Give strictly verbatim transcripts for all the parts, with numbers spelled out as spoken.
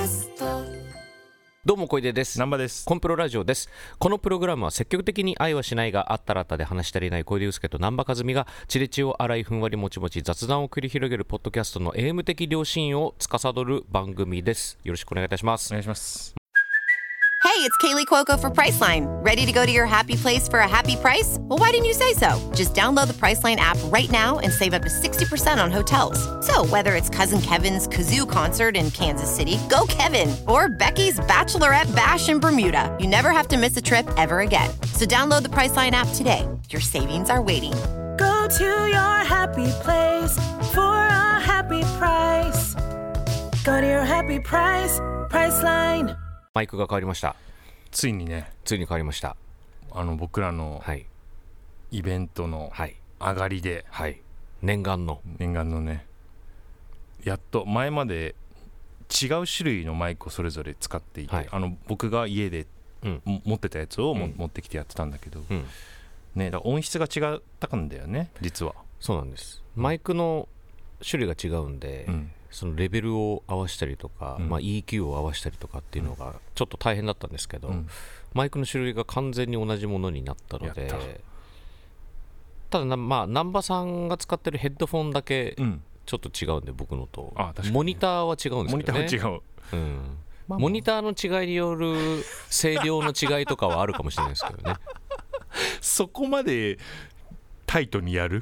ャスト。 どうも小出です。 南波です。 コンプロラジオです。このプログラムは積極的に愛はしないがあったらあったで話し足りない小出祐介と南波和美が血で血を洗いふんわりもちもち雑談を繰り広げるポッドキャストのエーエム的良心を司る番組です。よろしくお願いいたします。 お願いします。 Hey, it's Kaylee Cuoco for Priceline. Ready to go to your happy place for a happy price? Well, why didn't you say so? Just download the Priceline app right now and save up to sixty percent on hotels. So whether it's Cousin Kevin's Kazoo Concert in Kansas City, go Kevin, or Becky's Bachelorette Bash in Bermuda, you never have to miss a trip ever again. So download the Priceline app today. Your savings are waiting. Go to your happy place for a happy price. Go to your happy price. Priceline. マイクが変わりました。 ついにね、 ついに変わりました。 あの僕らのはいイベントのはい上がりで、 はい、念願の念願のね、やっと前まで違う種類のマイクをそれぞれ使っていて、はい、あの僕が家で、うん、持ってたやつをも、うん、持ってきてやってたんだけど、うんね、だから音質が違ったんだよね、実は。 そうなんです。マイクの種類が違うんで、うん、そのレベルを合わせたりとか、うんまあ、イーキュー を合わせたりとかっていうのがちょっと大変だったんですけど、うん、マイクの種類が完全に同じものになったので、ただな、まあ、南波さんが使ってるヘッドフォンだけちょっと違うんで、僕のとああ確かにね、 モニターは違うんですけどね。モニターは違う、うんまあ、モニターの違いによる声量の違いとかはあるかもしれないですけどねそこまでタイトにやる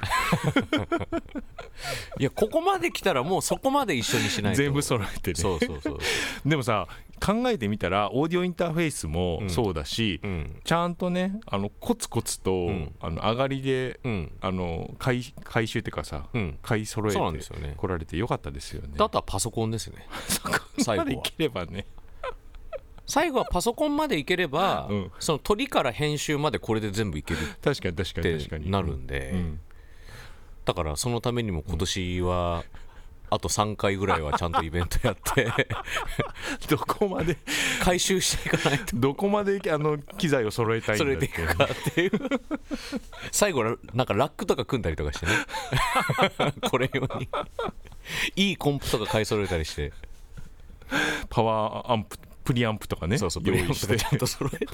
いやここまで来たらもうそこまで一緒にしないと全部揃えてね。 そうそうそうでもさ、考えてみたらオーディオインターフェースもそうだし、うん、ちゃんとね、あのコツコツと、うん、あの上がりで、うん、あの 回, 回収っていうかさ、うん、買い揃えて来られてよかったですよね。 あとはパソコンですね。 そこまでいければね最後はパソコンまでいければ、うん、その撮りから編集までこれで全部いける確かに確かに確かになるんで、うん、だからそのためにも今年はあとさんかいぐらいはちゃんとイベントやってどこまで回収していかないとどこまであの機材を揃えたいんだって、揃えていくかっていう最後なんかラックとか組んだりとかしてねこれ用にいいコンプとか買い揃えたりしてパワーアンププリアンプとかね、 そうそう、プリアンプとかちゃんと揃えて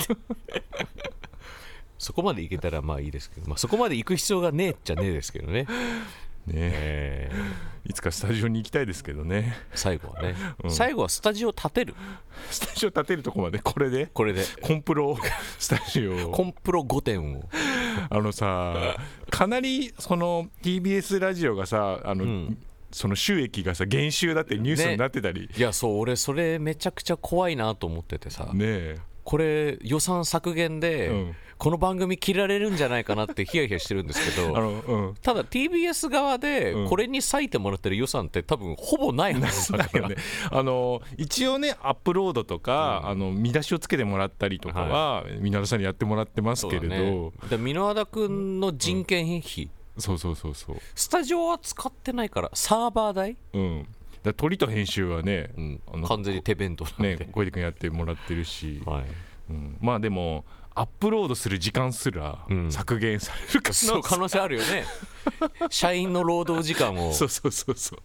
そこまでいけたらまあいいですけど、まあ、そこまで行く必要がねえっちゃねえですけどね。ねえー、いつかスタジオに行きたいですけどね。 最後はね、うん、最後はスタジオ建てるスタジオ建てるとこまでこれでこれでコンプロスタジオコンプロごてんをあのさ、かなりその ティービーエス ラジオがさ、あの、うんその収益がさ減収だってニュースになってたり、ね、 いやそう俺それめちゃくちゃ怖いなと思っててさ、 ねえ、 これ予算削減で、うん、この番組切られるんじゃないかなってヒヤヒヤしてるんですけどあの、うん、ただ ティービーエス 側でこれに割いてもらってる予算って多分ほぼないはずだから、ね、 あの一応ねアップロードとか、うん、あの見出しをつけてもらったりとかは箕輪田さんにやってもらってますけれど、ね、 箕輪田君の人件費、うんそうそうそうそう、 スタジオは使ってないからサーバー代、 うん、だ撮りと編集はね、うん、 あの完全に手弁当なんで、 ね、小出君やってもらってるし、 はいうん、まあでもアップロードする時間すら削減されるか、 うん、そう可能性あるよね社員の労働時間をそうそうそうそう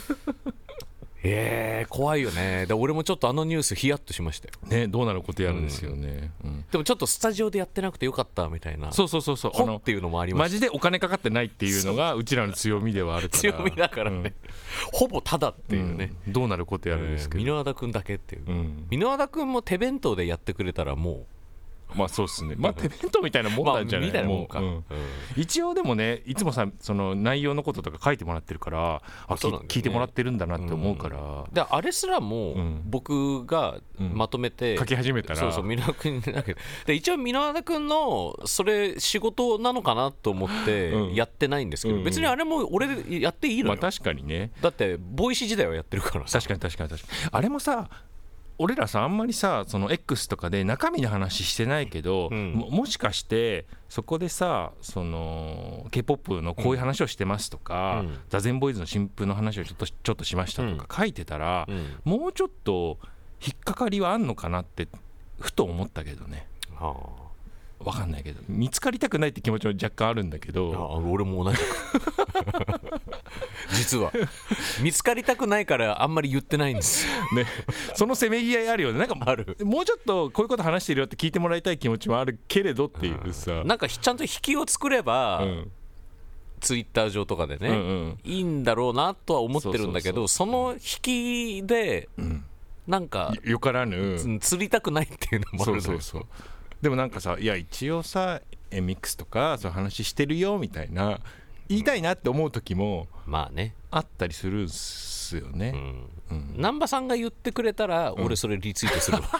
えー、怖いよね。で俺もちょっとあのニュースヒヤッとしましたよ、 ね、どうなることやるんですよね、うんうん、 でもちょっとスタジオでやってなくてよかったみたいな、 そうそうそうそう、 ほっていうのもありました。 マジでお金かかってないっていうのがうちらの強みではあるから強みだからね、うん、ほぼタダっていうね、 うん、どうなることやるんですけど、 箕輪田君だけっていう、うん、箕輪田君も手弁当でやってくれたらもうまあそうですね、まあ手弁当みたいなもんなんじゃない、 まあ、みたいなもんか、 うんうん、一応でもねいつもさその内容のこととか書いてもらってるからあ、ね、聞いてもらってるんだなって思うから、うん、 であれすらも僕がまとめて、 うん、書き始めたらそうそう箕輪君だけどで一応箕輪田君のそれ仕事なのかなと思ってやってないんですけど、うん、別にあれも俺でやっていいのよ、 まあ、確かにね、 だってボイシー時代はやってるからさ。 確かに確かに確かにあれもさ俺らさあんまりさその X とかで中身の話してないけど、うん、も, もしかしてそこでさその K-ポップ のこういう話をしてますとか、うん、ザゼンボーイズの新譜の話をちょっとちょっとしましたとか書いてたら、うん、もうちょっと引っかかりはあんのかなってふと思ったけどね、 はあ、 分かんないけど見つかりたくないって気持ちも若干あるんだけど、 あ俺も同じく実は見つかりたくないからあんまり言ってないんですよ、 ね、そのせめぎ合いあるよね。なんかあるもうちょっとこういうこと話してるよって聞いてもらいたい気持ちもあるけれどっていうさ、 うん、なんかちゃんと引きを作れば、うん、ツイッター上とかでね、うんうん、いいんだろうなとは思ってるんだけど、その引きで、うん、なんかよからぬ釣りたくないっていうのもあるのよ。 そうそうそう。でもなんかさ、いや一応さエミックスとかそういう話してるよみたいな言いたいなって思う時もまあねあったりするんすよね。 うんうん、南波さんが言ってくれたら俺それリツイートするわ、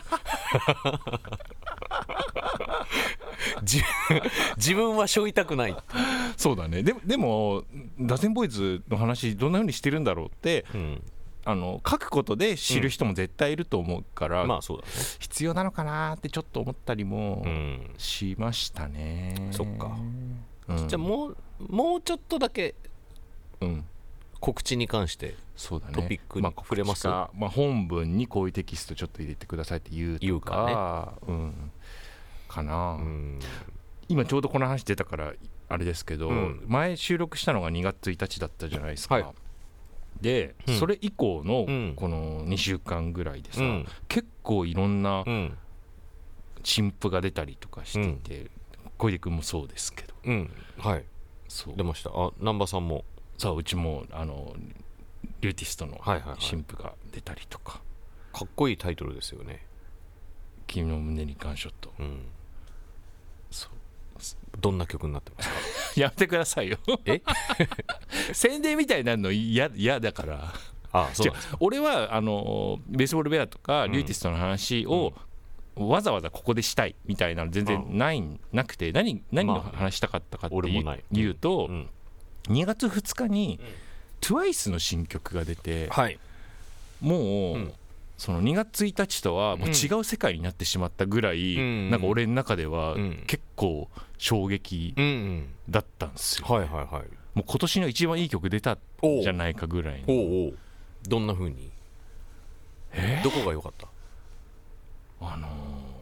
うん、自, 自分はしょいたくない。 そうだね。で, でもダゼンボーイズの話どんな風にしてるんだろうって、うん、あの書くことで知る人も絶対いると思うから、うんまあそうだね、必要なのかなってちょっと思ったりもしましたね、 うん、そっか、うん、じゃあもう、もうちょっとだけ、うん、告知に関してトピックに触れます、 まあまあ、本文にこういうテキストちょっと入れてくださいって言うとか、言うかね、うん、かな、うん、今ちょうどこの話出たからあれですけど、うん、前収録したのがにがつついたちだったじゃないですか、はいで、うん、それ以降のこのにしゅうかんぐらいでさ、うん、結構いろんな新譜が出たりとかしていて、うん、小出君もそうですけど、 うん、はいそう出ました。あ南波さんもさあうちもあのリューティストの新譜が出たりとか、 はいはいはい、かっこいいタイトルですよね。 君の胸にガンショット、うん、 そうどんな曲になってますかやめてくださいよえ宣伝みたいになるの嫌だから。 ああそうなんですか。 俺はあのベースボールベアとかリューティストの話をわざわざここでしたいみたいなの全然ない、うん、なくて 何, 何の話したかったかっていう、と、うん、にがつふつかに トゥワイス の新曲が出て、はい、もう、うんそのにがつついたちとはもう違う世界になってしまったぐらい、うん、なんか俺の中では結構衝撃だったんですよ、ね、うんうんはいはいはい、もう今年の一番いい曲出たんじゃないかぐらいの。おうおうどんな風に、えー、どこが良かった？ あのー、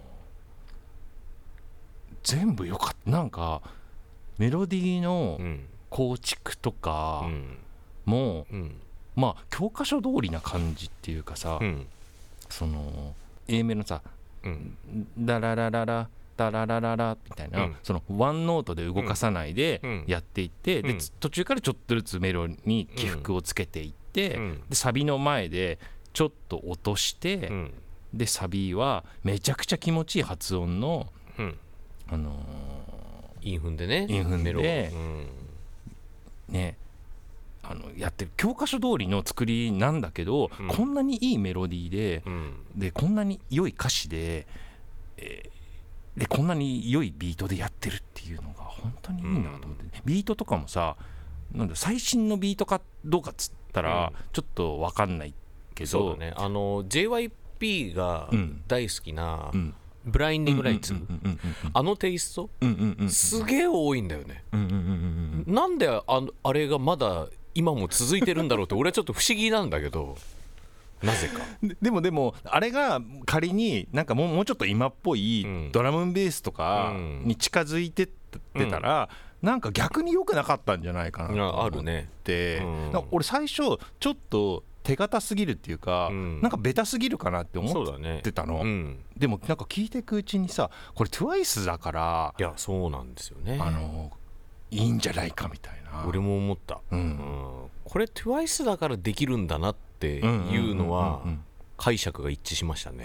全部良かった。なんかメロディーの構築とかも、うんうん、まあ教科書通りな感じっていうかさ、うんその A メロのさ、うん、ダララララダララララみたいな、うん、そのワンノートで動かさないでやっていって、うん、で途中からちょっとずつメロに起伏をつけていって、うん、でサビの前でちょっと落として、うん、でサビはめちゃくちゃ気持ちいい発音の、うん、あのー、インフンでねインフンで、うん、ねあのやってる教科書通りの作りなんだけど、うん、こんなにいいメロディー で,、うん、でこんなに良い歌詞で、えー、でこんなに良いビートでやってるっていうのが本当にいいなと思って、うん、ビートとかもさなんだ最新のビートかどうかっつったらちょっと分かんないけど、 そうだね、あの ジェイワイピー が大好きな、うんブラインディングライツ、あのテイスト、うんうんうん、すげえ多いんだよね、うんうんうんうん、なんで あ, あれがまだ今も続いてるんだろうって俺はちょっと不思議なんだけどなぜかで, でもでもあれが仮になんかも う, もうちょっと今っぽいドラムベースとかに近づいてってたら、うん、なんか逆に良くなかったんじゃないかなと思って、あるね、うん、俺最初ちょっと手堅すぎるっていうか、うん、なんかベタすぎるかなって思ってたの、ねうん、でもなんか聞いていくうちにさこれ トゥワイス だからいやそうなんですよね、 あのいいんじゃないかみたいな俺も思った、うんうん、これ トゥワイス だからできるんだなっていうのは解釈が一致しましたね。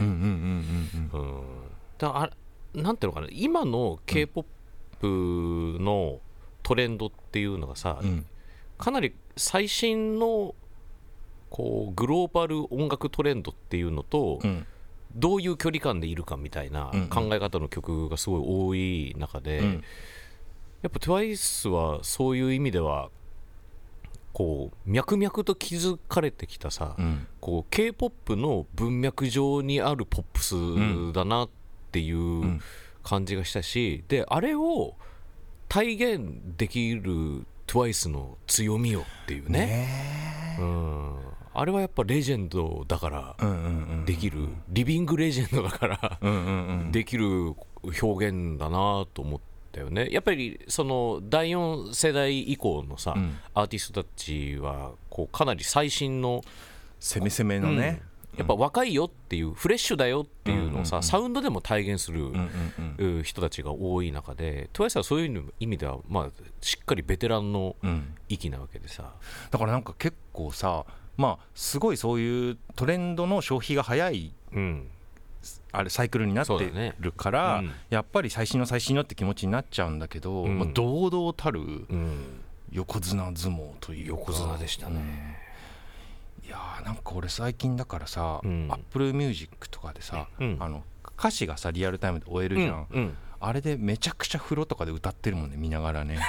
だからなんていうのかな今の K-ポップ のトレンドっていうのがさ、うん、かなり最新のこうグローバル音楽トレンドっていうのと、うん、どういう距離感でいるかみたいな考え方の曲がすごい多い中で、うん、やっぱ トゥワイス はそういう意味ではこう脈々と築かれてきたさ、うん、こう K-ポップ の文脈上にあるポップスだなっていう感じがしたし、であれを体現できる トゥワイス の強みよっていうね、ね、うん、あれはやっぱレジェンドだからできる、うんうんうん、リビングレジェンドだから、うんうんうん、できる表現だなと思ったよね。やっぱりそのだいよん世代以降のさ、うん、アーティストたちはこうかなり最新の攻め攻めのね、 うん、やっぱ若いよっていうフレッシュだよっていうのをさ、うんうんうん、サウンドでも体現する、うんうんうん、人たちが多い中で、トワイスはそういう意味では、まあ、しっかりベテランの域なわけでさ、 うん、だからなんか結構さ、まあ、すごいそういうトレンドの消費が早い、うん、あれサイクルになってるから、ねうん、やっぱり最新の最新のって気持ちになっちゃうんだけど、うんまあ、堂々たる横綱相撲というか、 横綱でしたね、 うん、いやーなんか俺最近だからさ、うん、Apple Music とかでさ、うん、あの歌詞がさリアルタイムで終えるじゃん、うんうん、あれでめちゃくちゃ風呂とかで歌ってるもんね、見ながらね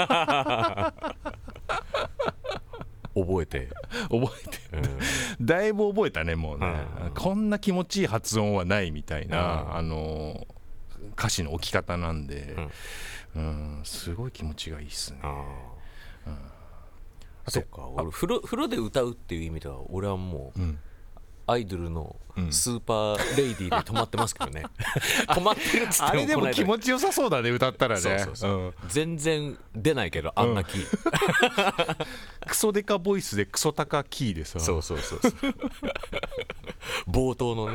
覚えて覚えて、うん、だいぶ覚えたねもうね、うん、こんな気持ちいい発音はないみたいな、うん、あの歌詞の置き方なんで、うんうん、すごい気持ちがいいっすね。あ、 うん、あそっか、俺風呂、風呂で歌うっていう意味では俺はもう、うん、アイドルのスーパーレイディーで止まってますけどね、うん、止まってるっつってもあれでも気持ちよさそうだね歌ったらね。 そうそうそう、うん、全然出ないけどあんなキー、 うん、クソデカボイスでクソ高キーでさ、 そうそうそうそう冒頭のね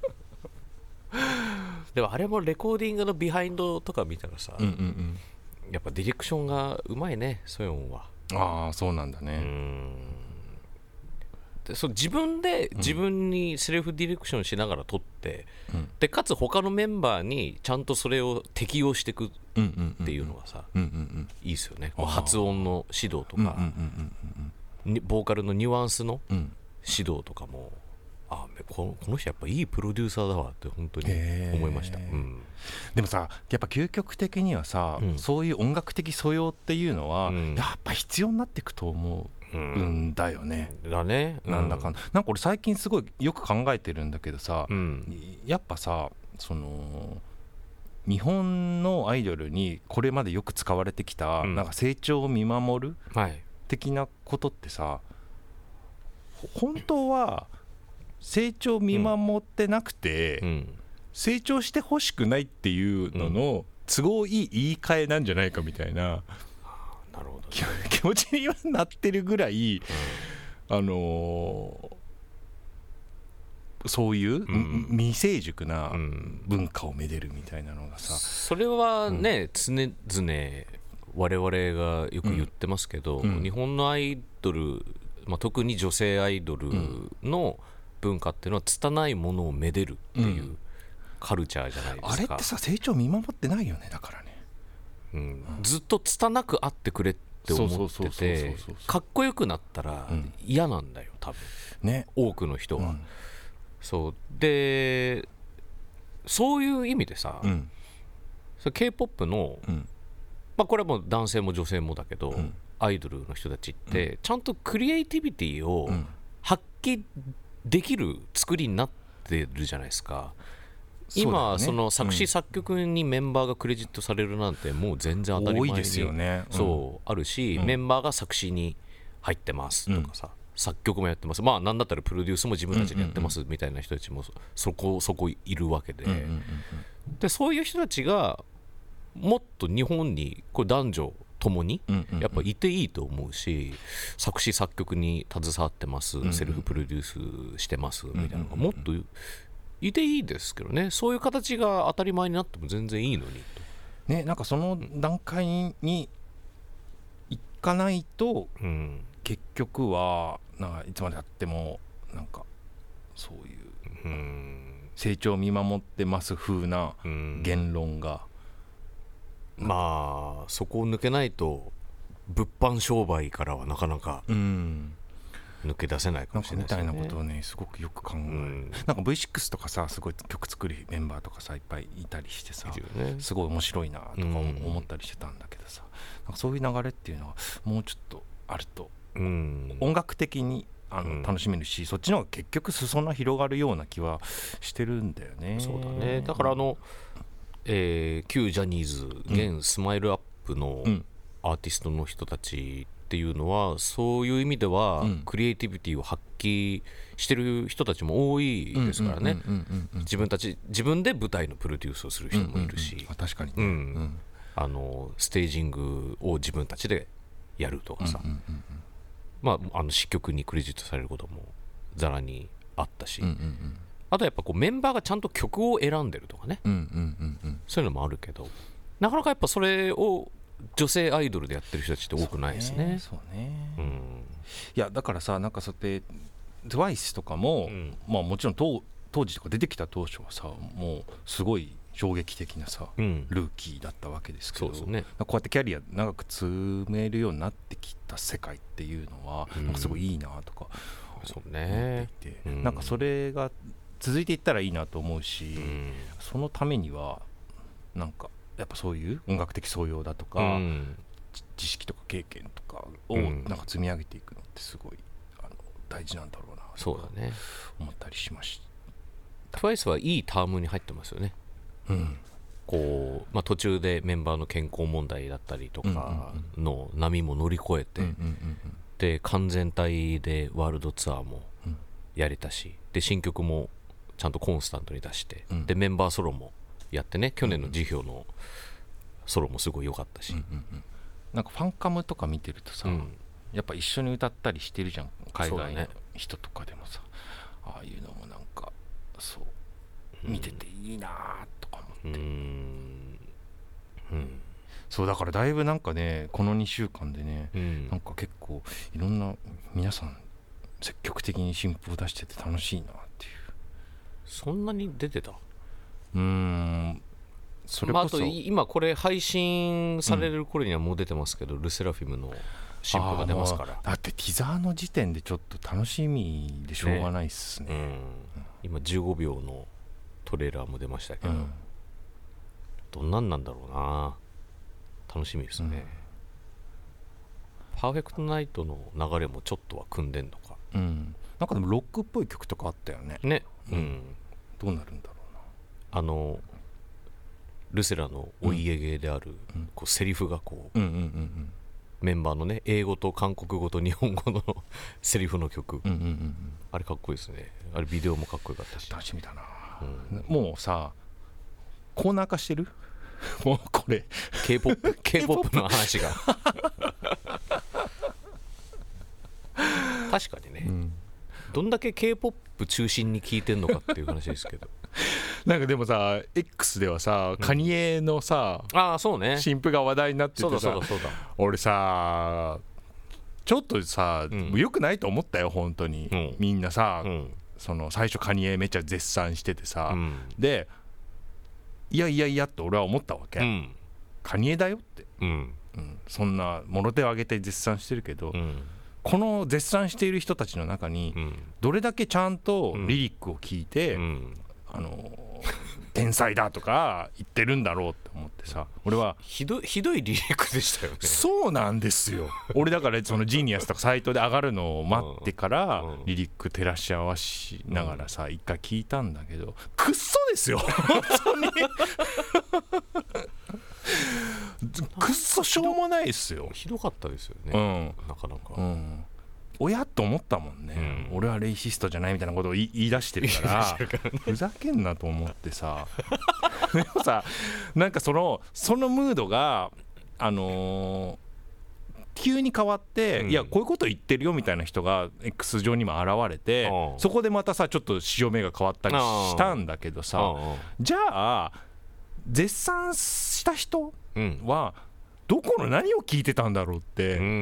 でもあれもレコーディングのビハインドとか見たらさ、うんうんうん、やっぱディレクションがうまいね、ソヨンは。 ああそうなんだね。うーん、でそう自分で自分にセルフディレクションしながら撮って、うん、でかつ他のメンバーにちゃんとそれを適用していくっていうのがさ、うんうんうん、いいですよね。発音の指導とか、うんうんうんうん、ボーカルのニュアンスの指導とかも、あこの、この人やっぱいいプロデューサーだわって本当に思いました、うん、 でもさやっぱ究極的にはさ、うん、そういう音楽的素養っていうのは、うん、やっぱ必要になっていくと思うんだよね、 うん、だね、うん、 なんだかんだなんか俺最近すごいよく考えてるんだけどさ、うん、やっぱさその日本のアイドルにこれまでよく使われてきた、うん、なんか成長を見守る的なことってさ、はい、本当は成長見守ってなくて、うん、成長してほしくないっていうのの都合いい言い換えなんじゃないかみたいな、うん、なるほど、ね、気持ちになってるぐらい、うん、あのー、そういう、うん、未成熟な文化をめでるみたいなのがさ、 それはね、うん、常々我々がよく言ってますけど、うん、日本のアイドル、まあ、特に女性アイドルの、うん文化っていうのは拙いものをめでるっていうカルチャーじゃないですか、うん、 あれってさ成長見守ってないよね。だからね、 うんうん、ずっと拙くあってくれって思っててかっこよくなったら嫌なんだよ多分、ね、多くの人は、うん、そうでそういう意味でさ、うん、K-ポップ の、うんまあ、これはもう男性も女性もだけど、うん、アイドルの人たちって、うん、ちゃんとクリエイティビティを発揮できる作りになってるじゃないですか。今 そ,、ね、その作詞作曲にメンバーがクレジットされるなんてもう全然当たり前に多いですよね、 うん、そうあるし、うん、メンバーが作詞に入ってますとかさ、うん、作曲もやってます、まあなんだったらプロデュースも自分たちでやってますみたいな人たちもそこそこいるわけで、うんうんうんうん、でそういう人たちがもっと日本にこれ男女ともにやっぱいていいと思うし、作詞作曲に携わってます、セルフプロデュースしてますみたいなのがもっといていいですけどね。そういう形が当たり前になっても全然いいのにと、ね、なんかその段階にいかないと、うん、結局はなんかいつまでやってもなんかそういう、うん、成長を見守ってます風な言論が、 うん、まあそこを抜けないと物販商売からはなかなか、うん抜け出せないかもしれないですね。 なんかみたいなことをねすごくよく考える、うん、なんか ブイシックス とかさすごい曲作りメンバーとかさいっぱいいたりしてさ、ね、すごい面白いなとか思ったりしてたんだけどさ、うん、なんかそういう流れっていうのはもうちょっとあると、うん、音楽的にあの、うん、楽しめるし、そっちの方が結局裾野広がるような気はしてるんだよね。 そうだね。だからあの、えー、旧ジャニーズ現スマイルアップのアーティストの人たちっっていうのはそういう意味ではクリエイティビティを発揮してる人たちも多いですからね。自分たち自分で舞台のプロデュースをする人もいるし、 確かに、 うんうん、あのステージングを自分たちでやるとかさ、まあ、あの詞曲にクレジットされることもざらにあったし、うんうんうん、あとやっぱこうメンバーがちゃんと曲を選んでるとかね、うんうんうんうん、そういうのもあるけど、なかなかやっぱそれを女性アイドルでやってる人たちって多くないですね。 そうね、うん、いやだからさ、なんかそうやって トゥワイス とかも、うん、まあもちろん当時とか出てきた当初はさ、もうすごい衝撃的なさ、うん、ルーキーだったわけですけど、そうですね、こうやってキャリア長く積めるようになってきた世界っていうのは、うん、なんかすごいいいなとか思っていて、うん、なんかそれが続いていったらいいなと思うし、うん、そのためにはなんかやっぱそういう音楽的素養だとか、うん、知識とか経験とかをなんか積み上げていくのってすごいあの大事なんだろうなとか思ったりしました。 トゥワイス はいいタームに入ってますよね。うん、こうまあ、途中でメンバーの健康問題だったりとかの波も乗り越えて、うんうんうんうん、で完全体でワールドツアーもやれたし、で新曲もちゃんとコンスタントに出して、うん、でメンバーソロもやってね、去年の辞表のソロもすごい良かったし、うんうんうん、 なんかファンカムとか見てるとさ、うん、やっぱ一緒に歌ったりしてるじゃん、海外の人とかでもさ、ね、ああいうのもなんかそう見てていいなとか思って、うん、うん、そうだからだいぶなんかね、このにしゅうかんでね、うん、なんか結構いろんな皆さん積極的に新譜を出してて楽しいなっていう。 そんなに出てた？ うーん、それこそ、 まあ、あと今これ配信される頃にはもう出てますけど、うん、ルセラフィムの新譜が出ますから。 だってティザーの時点でちょっと楽しみでしょうがないっすね、ね、うん、 今じゅうごびょうのトレーラーも出ましたけど、うん、どんなんなんだろうな、楽しみですね、うん、パーフェクトナイトの流れもちょっとは組んでんのか、 うん、なんかでもロックっぽい曲とかあったよね。 ね、うん、うん、 どうなるんだろうな。 あのルセラのお家芸である、うん、こうセリフがこう、うんうんうんうん、メンバーのね、英語と韓国語と日本語のセリフの曲、うんうんうんうん、あれかっこいいですね。あれビデオもかっこよかったし、 楽しみだな、うん、もうさコーナー化してるもうこれ K-ポップ K-ポップ の話が確かにね、うん、どんだけ K-ポップ 中心に聴いてんのかっていう話ですけどなんかでもさ X ではさ、カニエのさ、 うん、ああそうね、 新譜が話題になっててさ、そうだそうだそうだ、俺さちょっとさ、うん、良くないと思ったよ本当に、うん、みんなさ、うん、その最初カニエめっちゃ絶賛しててさ、うん、でいやいやいやって俺は思ったわけ、うん、カニエだよって、うんうん、そんなもろ手を挙げて絶賛してるけど、うん、この絶賛している人たちの中に、うん、どれだけちゃんとリリックを聞いて、うん、あの天才だとか言ってるんだろうって思ってさ、俺はひどいひどいリリックでしたよね。 そうなんですよ俺だからそのジーニアスとかサイトで上がるのを待ってからリリック照らし合わしながらさ一回聞いたんだけど、くっそですよ本当にくっそしょうもないですよ。 ひどかったですよね、うん、なかなか、うん、 親と思ったもんね、うん、俺はレイシストじゃないみたいなことを言い出してるからふざけんなと思ってさでもさ、なんかそのそのムードがあのー、急に変わって、うん、いやこういうこと言ってるよみたいな人が X 上にも現れて、そこでまたさちょっと潮目が変わったりしたんだけどさ、じゃあ絶賛した人はどこの何を聞いてたんだろうって、うん、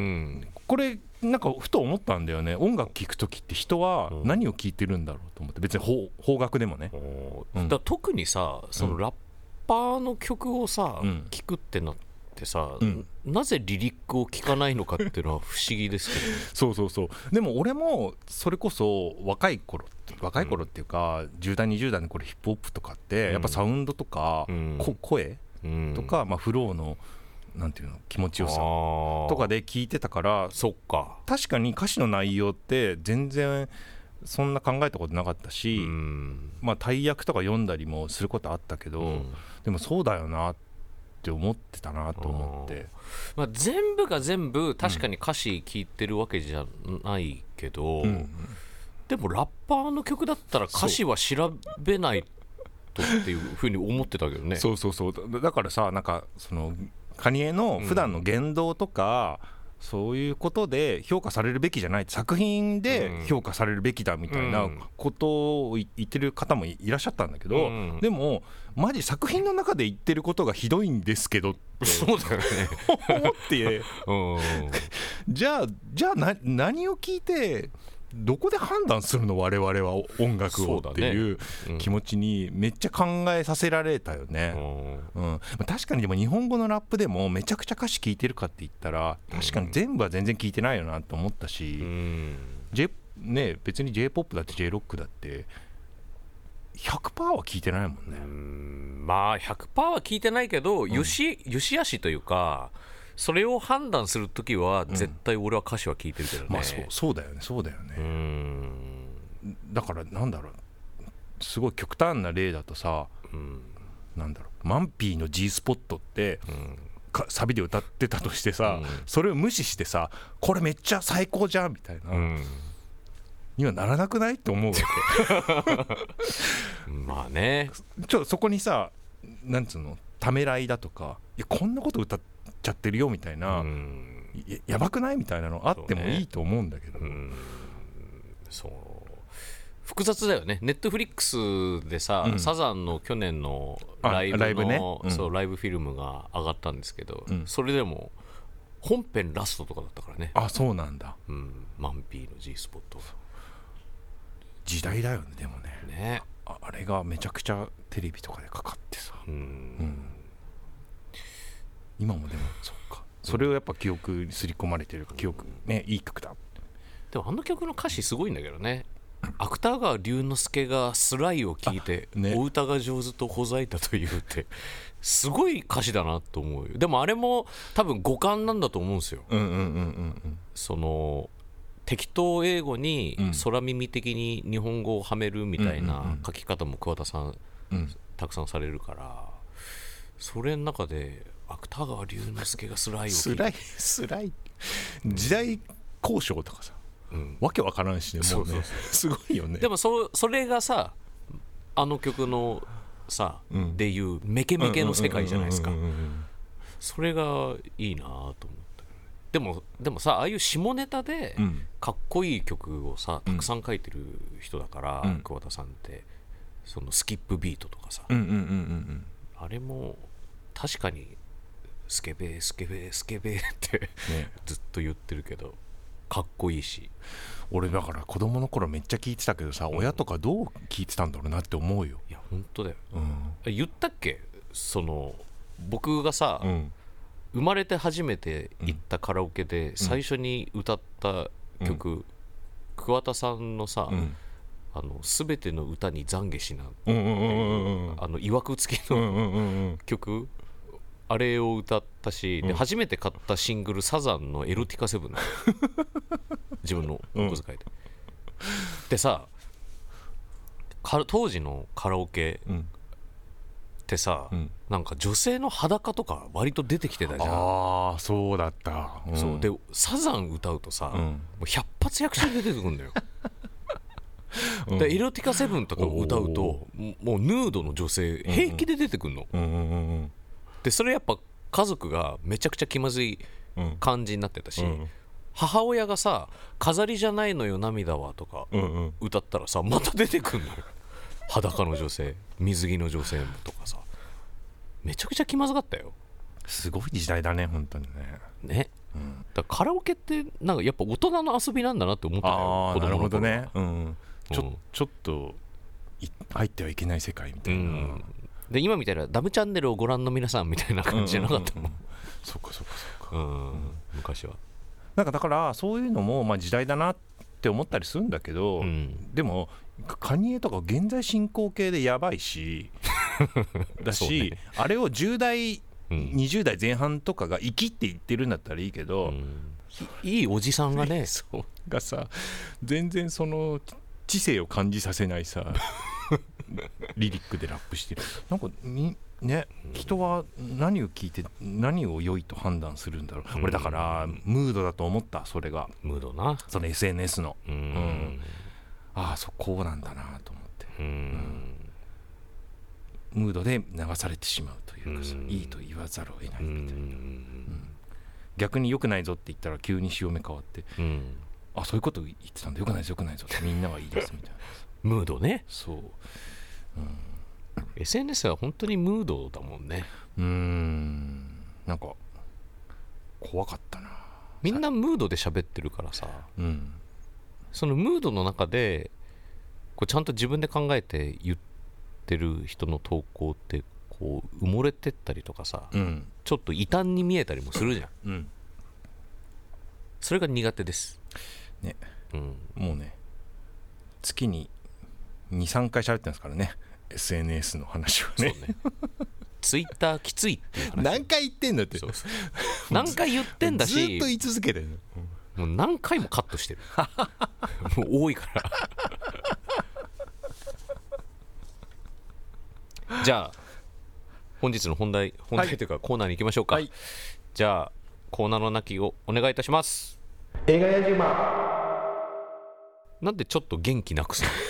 これなんかふと思ったんだよね。音楽聴くときって人は何を聴いてるんだろうと思って、別に 邦, 邦楽でもね、 うん、だ特にさそのラッパーの曲をさ、うん、聴くってなってさ、うん、なぜリリックを聴かないのかっていうのは不思議ですけど、ね、 そうそうそう。でも俺もそれこそ若い頃若い頃っていうか、うん、じゅう代にじゅう代の頃ヒップホップとかって、うん、やっぱサウンドとか、うん、声、うん、とか、まあ、フローのなんていうの気持ちよさとかで聞いてたから、 そっか、 確かに歌詞の内容って全然そんな考えたことなかったし、うん、まあ大役とか読んだりもすることあったけど、うん、でもそうだよなっって思ってたなと思って、 まあ、全部が全部確かに歌詞聴いてるわけじゃないけど、うん、でもラッパーの曲だったら歌詞は調べないとっていうふうに思ってたけどね。 そうそうそう、だからさ、なんかそのカニエの普段の言動とか、うんそういうことで評価されるべきじゃない、作品で評価されるべきだみたいなことを言ってる方もいらっしゃったんだけど、うん、でもマジ作品の中で言ってることがひどいんですけどってそうだよね思ってうん、じゃあじゃあな何を聞いてどこで判断するの我々は音楽をっていう気持ちにめっちゃ考えさせられたよね、うんうん、確かにでも日本語のラップでもめちゃくちゃ歌詞聞いてるかって言ったら確かに全部は全然聞いてないよなと思ったし、うん J ね、別に J-ポップ だって J ロックだって ひゃくパーセント は聞いてないもんね。 うん、まあ ひゃくパーセント は聞いてないけど、うん、よしよしあしというかそれを判断するときは絶対俺は歌詞は聞いてるけどね、 うんまあ、そう、そうだよねそうだよね。うーんだからなんだろうすごい極端な例だとさ、うん、なんだろうマンピーの G スポットって、うん、かサビで歌ってたとしてさ、うん、それを無視してさこれめっちゃ最高じゃんみたいな、うん、にはならなくないって思うわけまあねちょっとそこにさなんつうのためらいだとかいやこんなこと歌っちゃってるよみたいな、うん、や, やばくないみたいなのあってもいいと思うんだけど、そうね、うん、 そう複雑だよね。ネットフリックスでさ、うん、サザンの去年のライブのライブ、ねうん、そうライブフィルムが上がったんですけど、うん、それでも本編ラストとかだったからね。 あ、そうなんだ、 うん、マンピーの G スポット時代だよね。でも ね, ねあ, あれがめちゃくちゃテレビとかでかかってさ、うん、うん今もでもそっかそれをやっぱ記憶に刷り込まれてる記憶ねいい曲だ。 でもあの曲の歌詞すごいんだけどね。芥川龍之介がスライを聞いて、ね、お歌が上手とほざいたというってすごい歌詞だなと思うよ。でもあれも多分語感なんだと思うんですよ。その適当英語に空耳的に日本語をはめるみたいな書き方も桑田さん、うん、たくさんされるからそれの中で芥川龍之介がスライを聞いてスライスライ時代交渉とかさ、うん、わけわからんしねもうねそうそうそうすごいよね。 でも そ, それがさあの曲のさ、うん、でいうメケメケの世界じゃないですか。それがいいなと思った。でもでもさああいう下ネタでかっこいい曲をさたくさん書いてる人だから、うん、桑田さんってそのスキップビートとかさ、うんうんうんうん、あれも確かにスケベースケベースケベーってねずっと言ってるけどかっこいいし。 俺だから子供の頃めっちゃ聞いてたけどさ、うん、親とかどう聞いてたんだろうなって思うよ。 いや本当だよ、うん、言ったっけその僕がさ、うん生まれて初めて行ったカラオケで最初に歌った曲、うん、桑田さんのさ、うん、あの全ての歌に懺悔しなっていうあのいわくつきの曲、うんうんうん、あれを歌ったし、うん、で初めて買ったシングルサザンのエロティカセブン自分のお小遣いで、うん、でさ当時のカラオケ、うんってさ、うん、なんか女性の裸とか割と出てきてたじゃん。 ああそうだった、 うん、そうでサザン歌うとさ、うん、もう百発百中で出てくるんだよ、うん、でエロティカセブンとか歌うともうヌードの女性平気で出てくるの、うんうん、でそれやっぱ家族がめちゃくちゃ気まずい感じになってたし、うんうん、母親がさ飾りじゃないのよ涙はとか歌ったらさまた出てくるのよ裸の女性水着の女性とかさめちゃくちゃ気まずかったよ。 すごい時代だね本当にね。 ね、うん、だからカラオケってなんかやっぱ大人の遊びなんだなって思ってたよ。 あなるほどね、うん、ちょ、うん、ちょっと入ってはいけない世界みたいな、うん、 で今みたいなダムチャンネルをご覧の皆さんみたいな感じじゃなかったもん、うんうんうん、 そっかそっかそっか、うんうん、昔はなんかだからそういうのもまあ時代だなって思ったりするんだけど、うん、でもカニエとか現在進行形でやばいしだし、ね、あれをじゅう代、うん、にじゅう代前半とかが生きって言ってるんだったらいいけど、うん、 いいおじさんがねそうがさ全然その知性を感じさせないさリリックでラップしてるなんかね、人は何を聞いて何を良いと判断するんだろう、うん、俺だからムードだと思った。それがムードな、 その エスエヌエス の、 うん、うん、 ああそこうなんだなと思って、 うんうん、 ムードで流されてしまうというかさ、うん、いいと言わざるを得ないみたいな、うんうん、逆に良くないぞって言ったら急に潮目変わって、うん、あそういうこと言ってたんだ、良くないぞ良くないぞってみんなが言い出すみたいなムードね。 そう、うん、 エスエヌエス は本当にムードだもんね。 うーん、なんか怖かったな。 みんなムードで喋ってるからさ、 うん、 そのムードの中でこうちゃんと自分で考えて言ってる人の投稿ってこう埋もれてったりとかさ、 うん、 ちょっと異端に見えたりもするじゃん、うん、それが苦手ですね、 うん、 もうね月に にさんかい喋ってますからね、 エスエヌエス の話をね。 そうねツイッターきついっていう話何回言ってんのって。 そうそう何回言ってんだしずっと言い続けてる、 もう何回もカットしてるもう多いからじゃあ本日の本題本題というかコーナーに行きましょうか、はい、じゃあコーナーの泣きをお願いいたします。 映画やじまなんでちょっと元気なくすの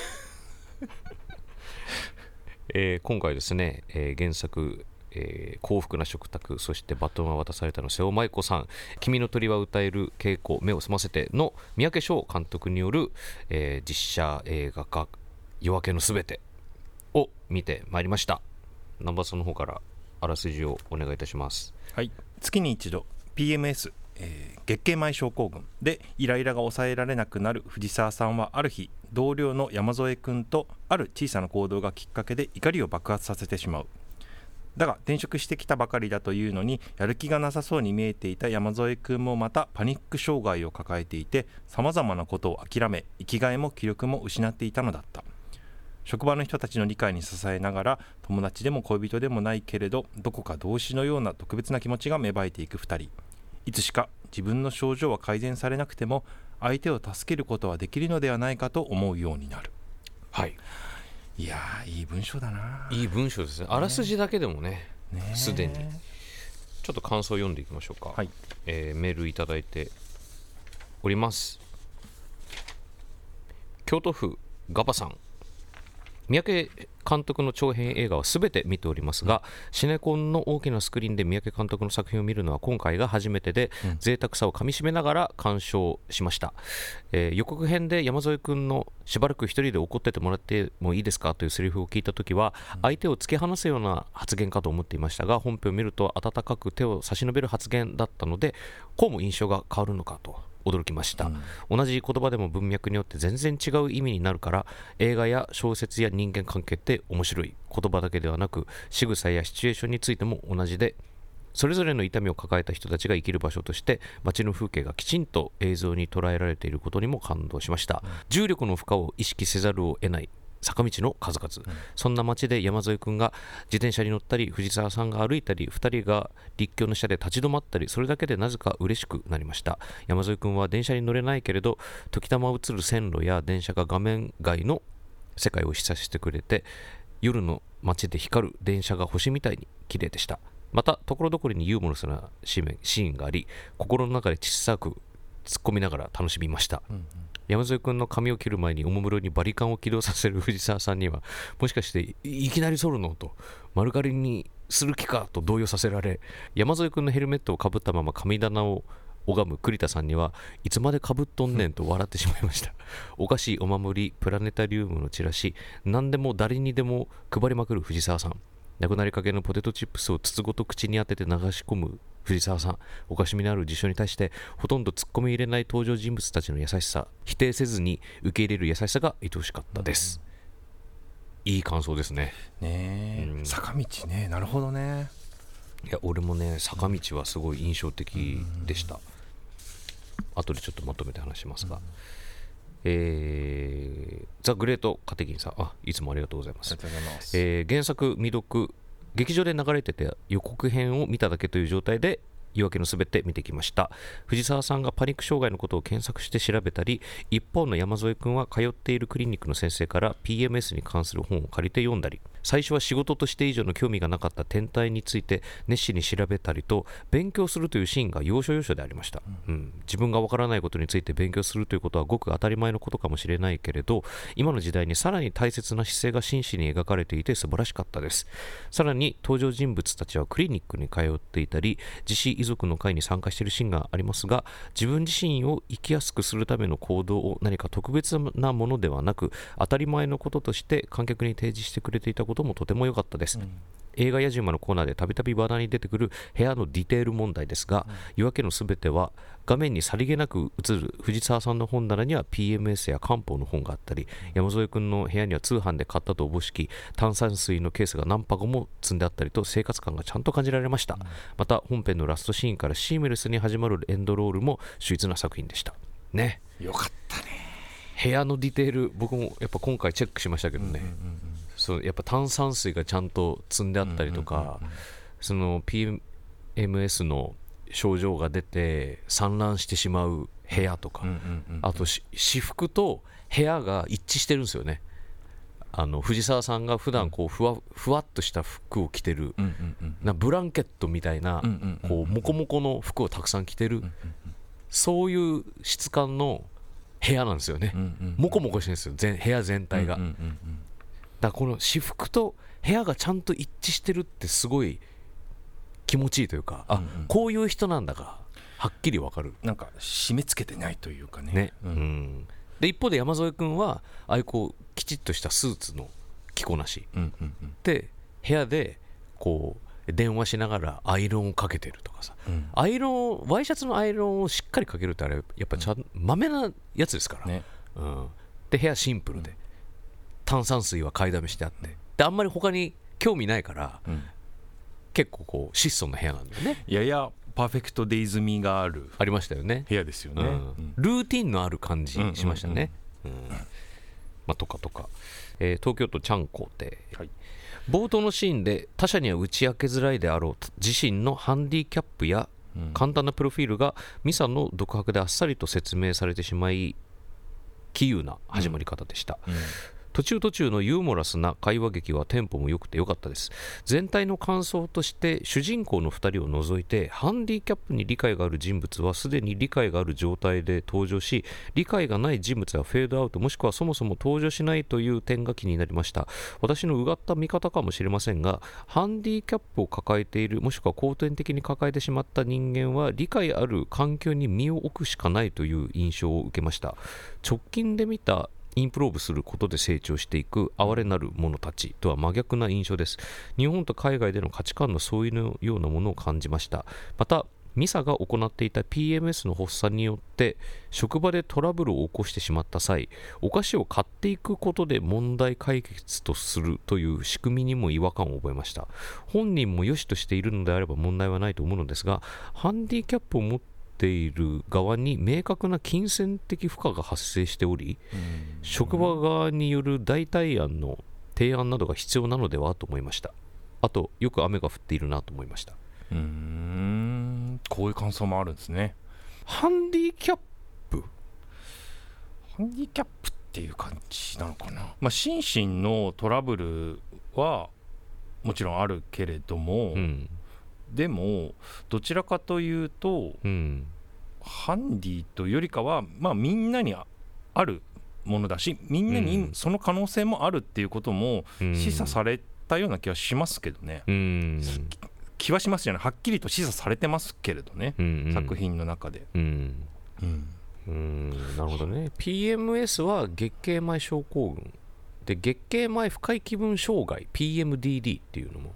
えー、今回ですね、えー、原作、えー、幸福な食卓、そしてバトンは渡されたの瀬尾舞子さん、君の鳥は歌える、稽古目を澄ませての三宅翔監督による、えー、実写映画化夜明けのすべてを見てまいりました。南波さんの方からあらすじをお願いいたします。 はい、月に一度 ピーエムエス、えー、月経前症候群でイライラが抑えられなくなる藤沢さんは、ある日同僚の山添君とある小さな行動がきっかけで怒りを爆発させてしまう。だが転職してきたばかりだというのにやる気がなさそうに見えていた山添君もまたパニック障害を抱えていて、さまざまなことを諦め生きがいも気力も失っていたのだった。職場の人たちの理解に支えながら、友達でも恋人でもないけれどどこか同志のような特別な気持ちが芽生えていくふたり。いつしか自分の症状は改善されなくても相手を助けることはできるのではないかと思うようになる。 はい、 いやーいい文章だな。 いい文章ですね。あらすじだけでもねすで、ね、にちょっと感想を読んでいきましょうか、 はい。 えー、メールいただいております。京都府ガバさん、三宅監督の長編映画はすべて見ておりますが、シネコンの大きなスクリーンで三宅監督の作品を見るのは今回が初めてで、うん、贅沢さをかみしめながら鑑賞しました、えー、予告編で山添君のしばらく一人で怒っててもらってもいいですかというセリフを聞いたときは、相手を突き放すような発言かと思っていましたが、本編を見ると温かく手を差し伸べる発言だったので、こうも印象が変わるのかと驚きました、うん、同じ言葉でも文脈によって全然違う意味になるから、映画や小説や人間関係って面白い。言葉だけではなく仕草やシチュエーションについても同じで、それぞれの痛みを抱えた人たちが生きる場所として街の風景がきちんと映像に捉えられていることにも感動しました、うん、重力の負荷を意識せざるを得ない坂道の数々、うん、そんな街で山添君が自転車に乗ったり、藤沢さんが歩いたり、ふたりが陸橋の下で立ち止まったり、それだけでなぜか嬉しくなりました。山添君は電車に乗れないけれど、時たま映る線路や電車が画面外の世界を示唆してくれて、夜の街で光る電車が星みたいに綺麗でした。またところどころにユーモラスなシーンがあり、心の中で小さく突っ込みながら楽しみました、うんうん。山添君の髪を切る前におもむろにバリカンを起動させる藤沢さんには、もしかしていきなり剃るのと丸刈りにする気かと動揺させられ、山添君のヘルメットをかぶったまま神棚を拝む栗田さんにはいつまでかぶっとんねんと笑ってしまいましたお菓子、お守り、プラネタリウムのチラシ、何でも誰にでも配りまくる藤沢さん。亡くなりかけのポテトチップスを筒ごと口に当てて流し込む藤沢さん。おかしみのある事象に対してほとんど突っ込み入れない登場人物たちの優しさ、否定せずに受け入れる優しさが愛おしかったです、うん、いい感想ですね。 ねえ、うん、坂道ね、なるほどね。 いや俺もね、坂道はすごい印象的でした、うん、後でちょっとまとめて話しますが、うん、えー、ザ・グレート・カテキンさん、あ、いつもありがとうございます。 ありがとうございます。 えー、原作未読、劇場で流れてて予告編を見ただけという状態で夜明けのすべて見てきました。藤沢さんがパニック障害のことを検索して調べたり、一方の山添君は通っているクリニックの先生から ピーエムエス に関する本を借りて読んだり、最初は仕事として以上の興味がなかった天体について熱心に調べたりと勉強するというシーンが要所要所でありました、うんうん、自分がわからないことについて勉強するということはごく当たり前のことかもしれないけれど、今の時代にさらに大切な姿勢が真摯に描かれていて素晴らしかったです。さらに登場人物たちはクリニックに通っていたり、自死遺族の会に参加しているシーンがありますが、自分自身を生きやすくするための行動を何か特別なものではなく、当たり前のこととして観客に提示してくれていたこともとても良かったです、うん、映画やじ馬のコーナーでたびたび話題に出てくる部屋のディテール問題ですが、うん、夜明けのすべては画面にさりげなく映る藤沢さんの本棚には ピーエムエス や漢方の本があったり、山添君の部屋には通販で買ったとおぼしき炭酸水のケースが何箱も積んであったりと生活感がちゃんと感じられました、うん、また本編のラストシーンからシームレスに始まるエンドロールも秀逸な作品でしたね。 よかったね。 部屋のディテール僕もやっぱ今回チェックしましたけどね、うんうんうん、そうやっぱ炭酸水がちゃんと積んであったりとか、うんうんうんうん、その ピーエムエス の症状が出て散乱してしまう部屋とか、うんうんうんうん、あと私服と部屋が一致してるんですよね。あの藤沢さんが普段こうふわふわっとした服を着てる、うんうんうん、なブランケットみたいな、うんうんうん、こうモコモコの服をたくさん着てる、うんうんうん、そういう質感の部屋なんですよね、うんうんうん、モコモコしてるんですよ全部屋全体が、うんうんうんうん、だからこの私服と部屋がちゃんと一致してるってすごい気持ちいいというか、うんうん、あこういう人なんだがはっきり分かる。 なんか締め付けてないというかね、 ね、うんうん、で一方で山添君はああいうこうきちっとしたスーツの着こなし、うんうんうん、で部屋でこう電話しながらアイロンをかけてるとかさ、うん、アイロンワイシャツのアイロンをしっかりかけるってあれやっぱちゃん、うん、まめなやつですから、ねうん、で部屋シンプルで、うん、炭酸水は買いだめしてあって、であんまり他に興味ないから、うん、結構こう質素な部屋なんだよね。 ややパーフェクトデイズミがあるありましたよね部屋ですよね、うんうん、 ルーティンのある感じしましたね、うんうんうんうんまあ、とかとか、えー、東京都ちゃんこで、はい冒頭のシーンで他者には打ち明けづらいであろう自身のハンディキャップや簡単なプロフィールがミサの独白であっさりと説明されてしまい奇遇な始まり方でした、うんうん途中途中のユーモラスな会話劇はテンポも良くて良かったです。全体の感想として主人公のふたりを除いてハンディキャップに理解がある人物はすでに理解がある状態で登場し、理解がない人物はフェードアウトもしくはそもそも登場しないという点が気になりました。私のうがった見方かもしれませんが、ハンディキャップを抱えているもしくは後天的に抱えてしまった人間は理解ある環境に身を置くしかないという印象を受けました。直近で見たインプローブすることで成長していく哀れなる者たちとは真逆な印象です。日本と海外での価値観の相違のようなものを感じました。またミサが行っていた ピーエムエス の発作によって職場でトラブルを起こしてしまった際、お菓子を買っていくことで問題解決とするという仕組みにも違和感を覚えました。本人も良しとしているのであれば問題はないと思うのですが、ハンディキャップを持ってている側に明確な金銭的負荷が発生しており、職場側による代替案の提案などが必要なのではと思いました。あとよく雨が降っているなと思いました。 うーんこういう感想もあるんですね。 ハンディキャップハンディキャップっていう感じなのかな、まあ、心身のトラブルはもちろんあるけれども、うんでもどちらかというと、うん、ハンディというよりかは、まあ、みんなにあるものだし、みんなにその可能性もあるっていうことも示唆されたような気はしますけどね、うん、気はしますじゃない、はっきりと示唆されてますけれどね、うんうん、作品の中で、うんうんうん、なるほどね。 ピーエムエス は月経前症候群で月経前不快気分障害 ピーエムディーディー っていうのも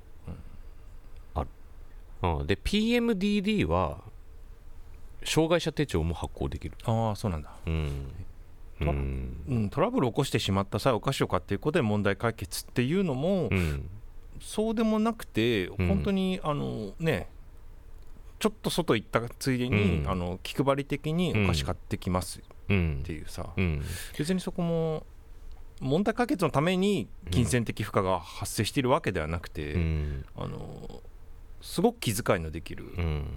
で ピーエムディーディー は障害者手帳も発行できる。 ああそうなんだ、うんトラうん、トラブルを起こしてしまった際お菓子を買っていくことで問題解決っていうのも、うん、そうでもなくて本当に、うん、あのねちょっと外行ったついでに、うん、あの気配り的にお菓子買ってきますっていうさ、うんうん、別にそこも問題解決のために金銭的負荷が発生しているわけではなくて、うん、あのすごく気遣いのできる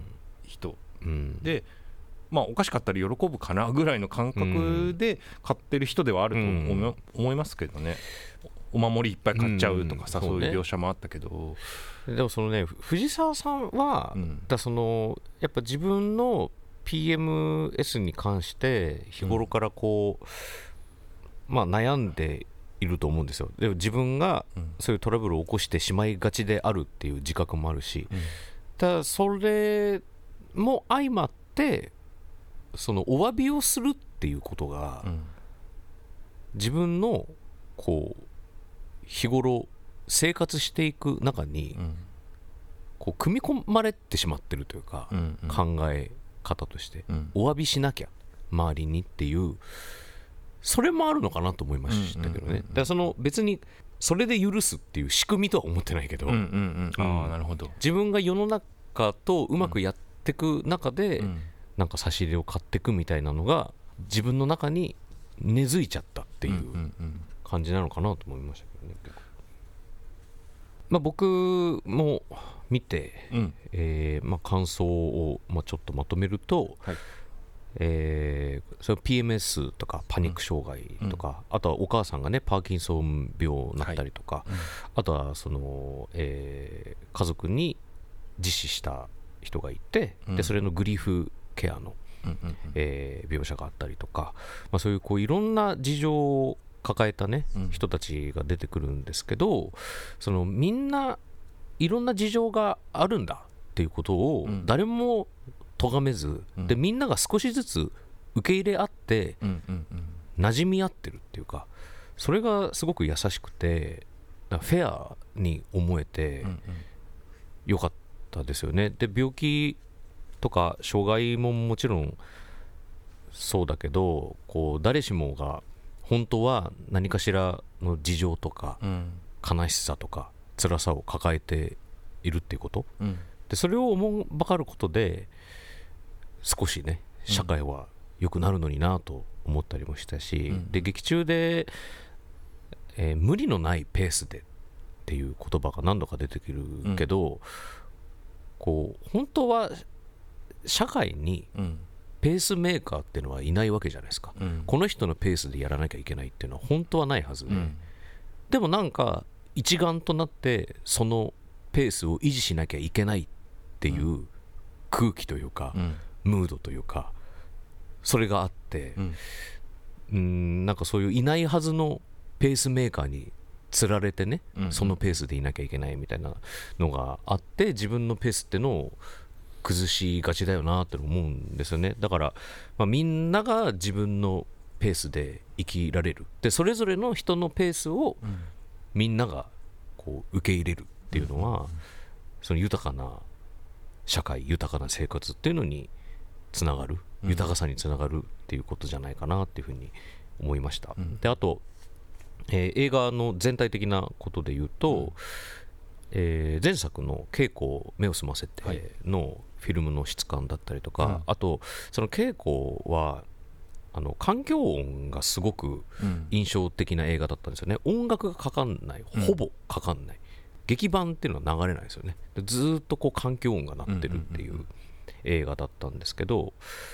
人、 うん、でまあおかしかったら喜ぶかなぐらいの感覚で買ってる人ではあると思い、うん、思いますけどね。お守りいっぱい買っちゃうとかさ、うん、そういう描写もあったけど、 でもそのね藤沢さんは、うん、だそのやっぱ自分の ピーエムエス に関して日頃からこう、うん、まあ悩んでいると思うんですよ。でも自分がそういうトラブルを起こしてしまいがちであるっていう自覚もあるし、うん、ただそれも相まってそのお詫びをするっていうことが、うん、自分のこう日頃生活していく中に、うん、こう組み込まれてしまってるというか、うんうん、考え方として、うん、お詫びしなきゃ周りにっていうそれもあるのかなと思いましたけどね、うんうんうんうん、だからその別にそれで許すっていう仕組みとは思ってないけど、うんうんうん、あ、なるほど。自分が世の中とうまくやっていく中で、うん、なんか差し入れを買っていくみたいなのが自分の中に根付いちゃったっていう感じなのかなと思いましたけどね。まあ、僕も見て、うんえーまあ、感想を、まあ、ちょっとまとめると、はいえー、それ ピーエムエス とかパニック障害とか、うん、あとはお母さんがねパーキンソン病になったりとか、はいうん、あとはその、えー、家族に自死した人がいて、うん、でそれのグリーフケアの、うんうんうんえー、描写があったりとか、まあ、そういうこういろんな事情を抱えたね、うん、人たちが出てくるんですけど、そのみんないろんな事情があるんだっていうことを誰も咎めず、うん、でみんなが少しずつ受け入れ合って、うんうんうん、馴染み合ってるっていうか、それがすごく優しくてフェアに思えてよかったですよね。で病気とか障害ももちろんそうだけど、こう誰しもが本当は何かしらの事情とか、うん、悲しさとか辛さを抱えているっていうこと、うん、でそれを思うばかることで少しね社会は良くなるのになと思ったりもしたし、うん、で劇中で、えー、無理のないペースでっていう言葉が何度か出てくるけど、うん、こう本当は社会に、うんペースメーカーっていうのはいないわけじゃないですか、うん、この人のペースでやらなきゃいけないっていうのは本当はないはずで、うん、でもなんか一丸となってそのペースを維持しなきゃいけないっていう空気というか、うん、ムードというかそれがあって、うん、うーんなんかそういういないはずのペースメーカーにつられてね、うん、そのペースでいなきゃいけないみたいなのがあって、自分のペースってのを崩しがちだよなって思うんですよね。だから、まあ、みんなが自分のペースで生きられる、でそれぞれの人のペースをみんながこう受け入れるっていうのは、うん、その豊かな社会豊かな生活っていうのにつながる、うん、豊かさにつながるっていうことじゃないかなっていうふうに思いました、うん、であと、えー、映画の全体的なことで言うと、うんえー、前作の稽古目を澄ませてのフィルムの質感だったりとか、はい、あとその稽古はあの環境音がすごく印象的な映画だったんですよね、うん、音楽がかかんない、ほぼかかんない、うん、劇版っていうのは流れないですよね。でずっとこう環境音が鳴ってるっていう映画だったんですけど、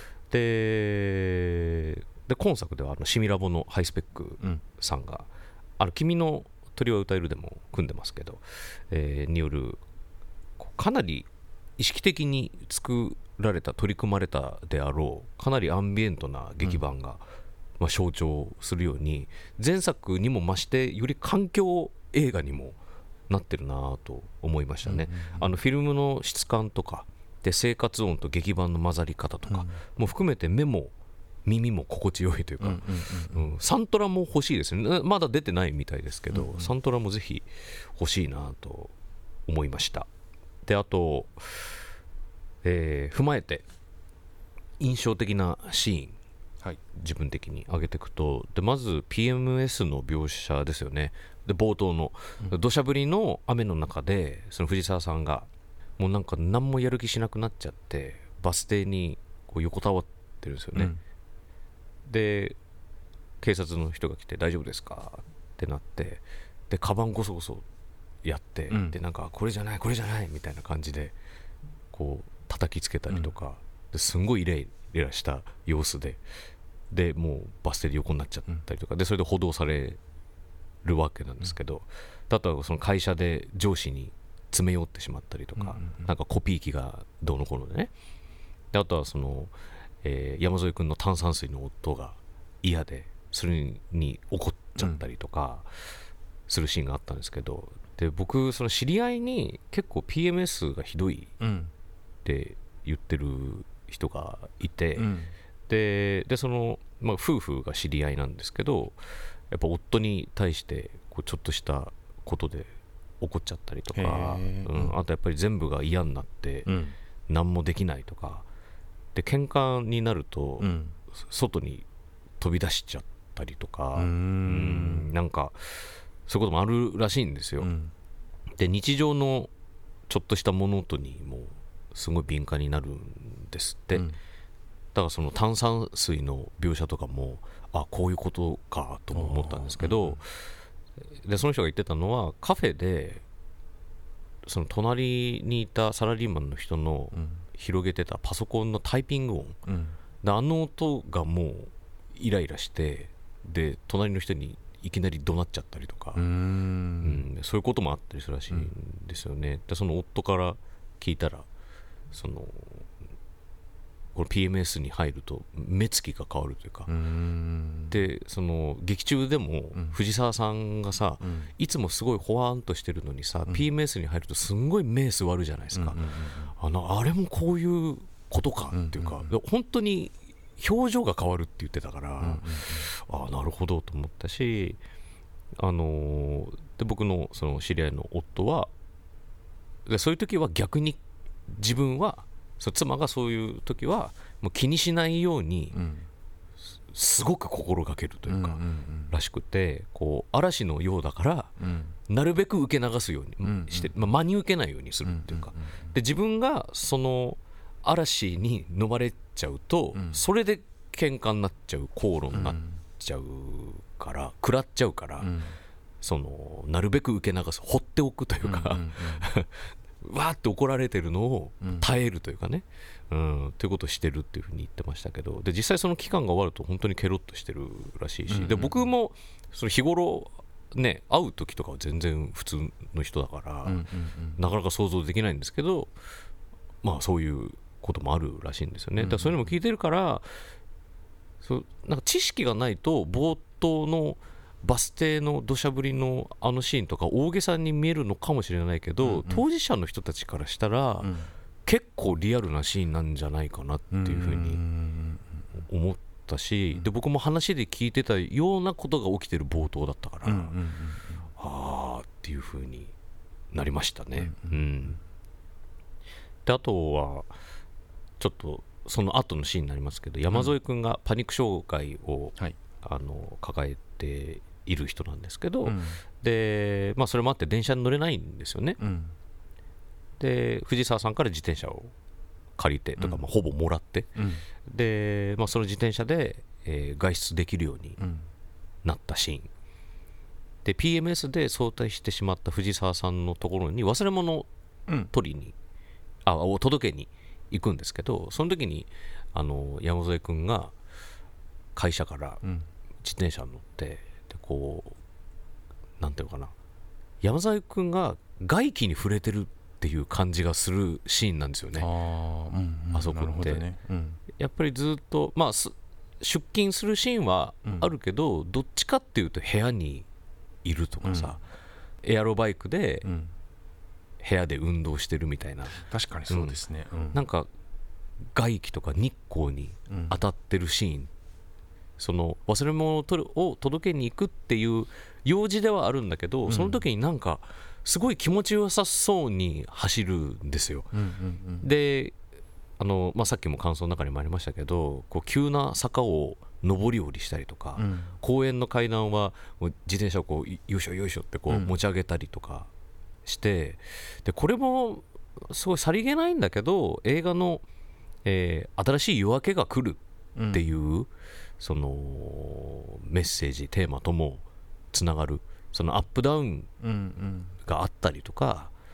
でで今作ではあのシミラボのハイスペックさんが、うん、あの君の鳥は歌えるでも組んでますけど、えー、によるかなり意識的に作られた取り組まれたであろうかなりアンビエントな劇版が、うんまあ、象徴するように前作にも増してより環境映画にもなってるなと思いましたね、うんうんうん、あのフィルムの質感とかで生活音と劇版の混ざり方とか、うん、も含めて目も耳も心地よいというか、うんうんうんうん、サントラも欲しいですね。まだ出てないみたいですけど、うんうん、サントラもぜひ欲しいなと思いました。であと、えー、踏まえて印象的なシーン、はい、自分的に挙げていくと、でまず ピーエムエス の描写ですよね。で冒頭の土砂降りの雨の中でその藤沢さんがもうなんか何もやる気しなくなっちゃってバス停にこう横たわってるんですよね、うんで警察の人が来て大丈夫ですかってなって、でカバンゴソゴソやって、うん、でなんかこれじゃないこれじゃないみたいな感じでこう叩きつけたりとか、うん、ですんごいイライラした様子ででもうバス停で横になっちゃったりとかでそれで補導されるわけなんですけど、うん、あとはその会社で上司に詰め寄ってしまったりとか、うんうんうん、なんかコピー機がどうのこうのでね、であとはその、えー、山添君の炭酸水の音が嫌でそれに怒っちゃったりとかするシーンがあったんですけど、で僕その知り合いに結構 ピーエムエス がひどいって言ってる人がいて、うん、で, でその、まあ、夫婦が知り合いなんですけどやっぱ夫に対してこうちょっとしたことで怒っちゃったりとか、うん、あとやっぱり全部が嫌になって何もできないとかで喧嘩になると外に飛び出しちゃったりとか、うん、なんかそういうこともあるらしいんですよ、うん、で日常のちょっとした物音にもすごい敏感になるんですって、うん、だからその炭酸水の描写とかもあこういうことかとも思ったんですけど、うん、でその人が言ってたのはカフェでその隣にいたサラリーマンの人の広げてたパソコンのタイピング音、うん、であの音がもうイライラしてで隣の人にいきなり怒鳴っちゃったりとか、うーん、うん、そういうこともあったりするらしいんですよね、うん、でその夫から聞いたらそのこの ピーエムエス に入ると目つきが変わるというか、うーんでその劇中でも藤沢さんがさ、うん、いつもすごいほわーんとしてるのにさ、うん、ピーエムエス に入るとすんごい目座るじゃないですか、うんうんうん、あのあれもこういうことかっていうか、うんうんうん、本当に表情が変わるって言ってたから、うんうんうん、ああなるほどと思ったし、あのー、で僕のその知り合いの夫はでそういう時は逆に自分はその妻がそういう時はもう気にしないようにすごく心がけるというか、うんうんうん、らしくてこう嵐のようだから、うん、なるべく受け流すようにして、うんうんまあ、真に受けないようにするっていうか、うんうんうん、で自分がその嵐に飲まれちゃうと、うん、それで喧嘩になっちゃう口論になっちゃうから、うん、食らっちゃうから、うん、そのなるべく受け流す放っておくというか、うんうんうん、わーって怒られてるのを耐えるというかね、うん、っていうことをしてるっていうふうに言ってましたけどで実際その期間が終わると本当にケロッとしてるらしいし、うんうん、で僕もその日頃ね会う時とかは全然普通の人だから、うんうんうん、なかなか想像できないんですけどまあそういうこともあるらしいんですよね、うん、だからそういうのも聞いてるからそうなんか知識がないと冒頭のバス停の土砂降りのあのシーンとか大げさに見えるのかもしれないけど、うんうん、当事者の人たちからしたら、うん、結構リアルなシーンなんじゃないかなっていうふうに思ったし、うん、で僕も話で聞いてたようなことが起きてる冒頭だったから、うんうんうん、あーっていうふうになりましたね、うんうん、であとはちょっとその後のシーンになりますけど山添君がパニック障害を、うんはい、あの抱えている人なんですけど、うん、で、まあ、それもあって電車に乗れないんですよね、うん、で藤沢さんから自転車を借りてとか、うんまあ、ほぼもらって、うん、で、まあ、その自転車で、えー、外出できるようになったシーンで ピーエムエス で早退してしまった藤沢さんのところに忘れ物を取りに、うん、あを届けに行くんですけどその時にあの山添君が会社から自転車に乗って、うん、でこうなんていうのかな山添君が外気に触れてるっていう感じがするシーンなんですよね あ,、うんうん、あそこって、ねうん、やっぱりずっと、まあ、出勤するシーンはあるけど、うん、どっちかっていうと部屋にいるとかさ、うん、エアロバイクで、うん部屋で運動してるみたいな確かにそうですね、 うん、なんか外気とか日光に当たってるシーン、うん、その忘れ物を届けに行くっていう用事ではあるんだけど、うん、その時になんかすごい気持ちよさそうに走るんですよ、うんうんうん、であの、まあ、さっきも感想の中にもありましたけどこう急な坂を上り下りしたりとか、うん、公園の階段はもう自転車をこうよいしょよいしょってこう持ち上げたりとかしてでこれもすごいさりげないんだけど映画の、えー、新しい夜明けが来るっていう、うん、そのメッセージテーマともつながるそのアップダウンがあったりとか、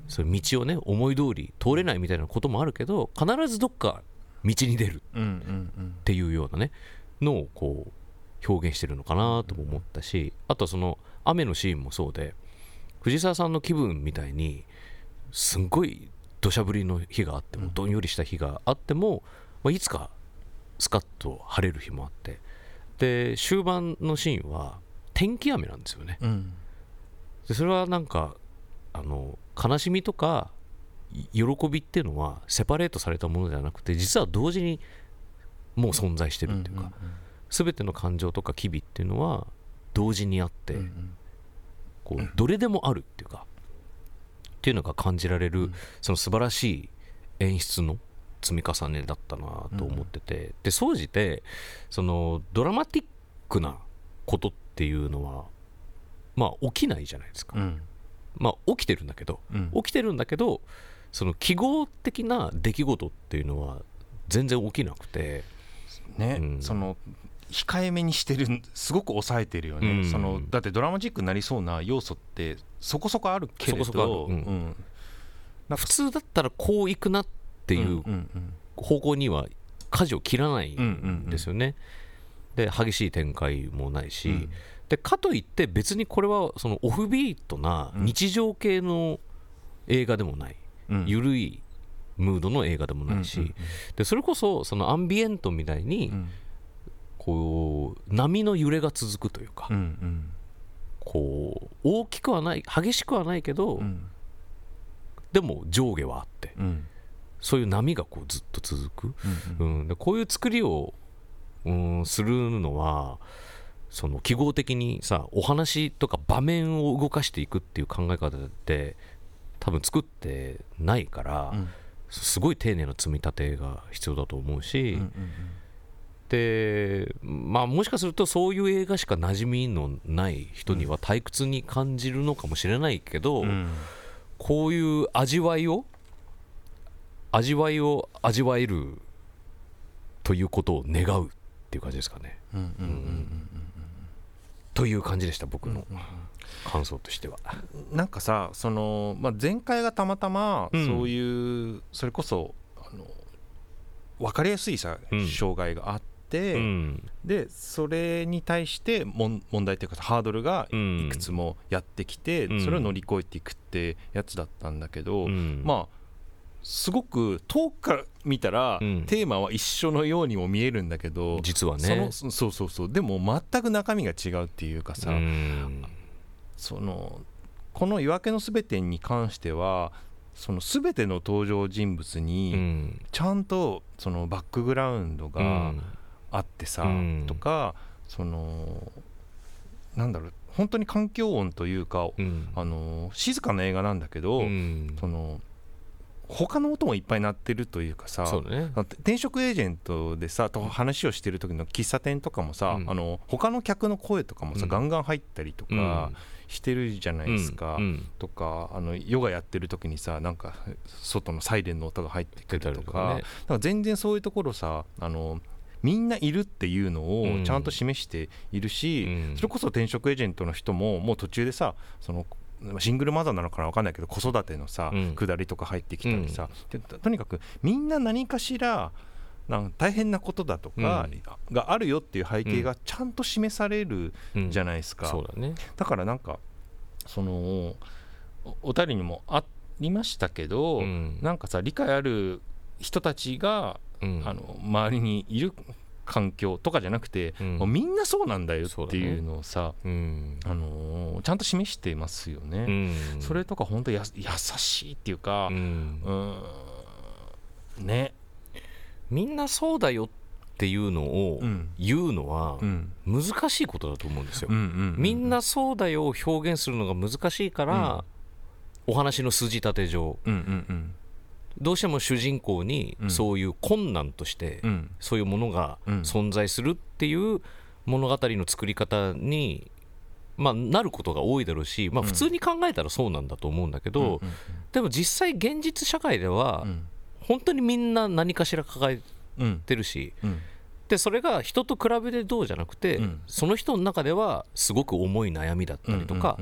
その道をね思い通り通れないみたいなこともあるけど、必ずどっか道に出るっていうようなねのをこう表現してるのかなとも思ったし、あとその雨のシーンもそうで、藤沢さんの気分みたいにすんごい土砂降りの日があっても、どんよりした日があっても、まあ、いつかスカッと晴れる日もあって、で終盤のシーンは天気雨なんですよね、うん、でそれはなんかあの悲しみとか喜びっていうのはセパレートされたものではなくて、実は同時にもう存在してるっていうか、うんうんうん、全ての感情とか機微っていうのは同時にあって、うんうん、こうどれでもあるっていうかっていうのが感じられる、うん、その素晴らしい演出の積み重ねだったなと思ってて、うん、で総じてそのドラマティックなことっていうのはまあ起きないじゃないですか、うん、まあ起きてるんだけど、うん、起きてるんだけどその記号的な出来事っていうのは全然起きなくてね、うん、その控えめにしてる、すごく抑えてるよね、うん、そのだってドラマチックになりそうな要素ってそこそこあるけれど、そこそこある、うんうん、 なんか普通だったらこういくなっていう方向には舵を切らないんですよね、うんうんうん、で激しい展開もないし、うん、でかといって別にこれはそのオフビートな日常系の映画でもない、うん、緩いムードの映画でもないし、うんうんうん、でそれこそそのアンビエントみたいに、うん、こう波の揺れが続くというか、うんうん、こう大きくはない激しくはないけど、うん、でも上下はあって、うん、そういう波がこうずっと続く、うんうんうん、でこういう作りを、うん、するのはその記号的にさお話とか場面を動かしていくっていう考え方って多分作ってないから、うん、すごい丁寧な積み立てが必要だと思うし、うんうんうん、でまあもしかするとそういう映画しか馴染みのない人には退屈に感じるのかもしれないけど、うん、こういう味わいを味わいを味わえるということを願うっていう感じですかね、うんうんうんうん、という感じでした僕の感想としては。 なんかさその、まあ、前回がたまたまそういう、うん、それこそあの分かりやすいさ、うん、障害があって、うん、でそれに対して問題というかハードルがいくつもやってきて、うん、それを乗り越えていくってやつだったんだけど、うん、まあすごく遠くから見たら、うん、テーマは一緒のようにも見えるんだけど実はねそのそうそうそうでも全く中身が違うっていうかさ、うん、そのこの夜明けのすべてに関してはそのすべての登場人物にちゃんとそのバックグラウンドがあってさ、うん、とかそのなんだろう本当に環境音というか、うん、あの静かな映画なんだけど、うん、その他の音もいっぱい鳴ってるというかさ、そうだね、転職エージェントでさと話をしてる時の喫茶店とかもさ、うん、あの他の客の声とかもさ、うん、ガンガン入ったりとかしてるじゃないですか、うんうん、とかあのヨガやってる時にさなんか外のサイレンの音が入ってくると か, とか、ね、だから全然そういうところさあのみんないるっていうのをちゃんと示しているし、うん、それこそ転職エージェントの人ももう途中でさそのシングルマザーなのかな分かんないけど子育てのさ、うん、下りとか入ってきたりさ、うん、とにかくみんな何かしらなんか大変なことだとかがあるよっていう背景がちゃんと示されるじゃないですか、うんうんそうだね、だからなんかそのお便りにもありましたけど、うん、なんかさ理解ある人たちが、うん、あの周りにいる環境とかじゃなくて、うん、もうみんなそうなんだよっていうのをさ、ねうんあのー、ちゃんと示してますよね、うん、それとか本当や優しいっていうか、うんうん、ねみんなそうだよっていうのを言うのは難しいことだと思うんですよ、うんうんうんうん、みんなそうだよを表現するのが難しいから、うん、お話の筋立て上、うんうんうんどうしても主人公にそういう困難としてそういうものが存在するっていう物語の作り方にまあなることが多いだろうし、まあ普通に考えたらそうなんだと思うんだけど、でも実際現実社会では本当にみんな何かしら抱えてるし、でそれが人と比べてどうじゃなくてその人の中ではすごく重い悩みだったりとか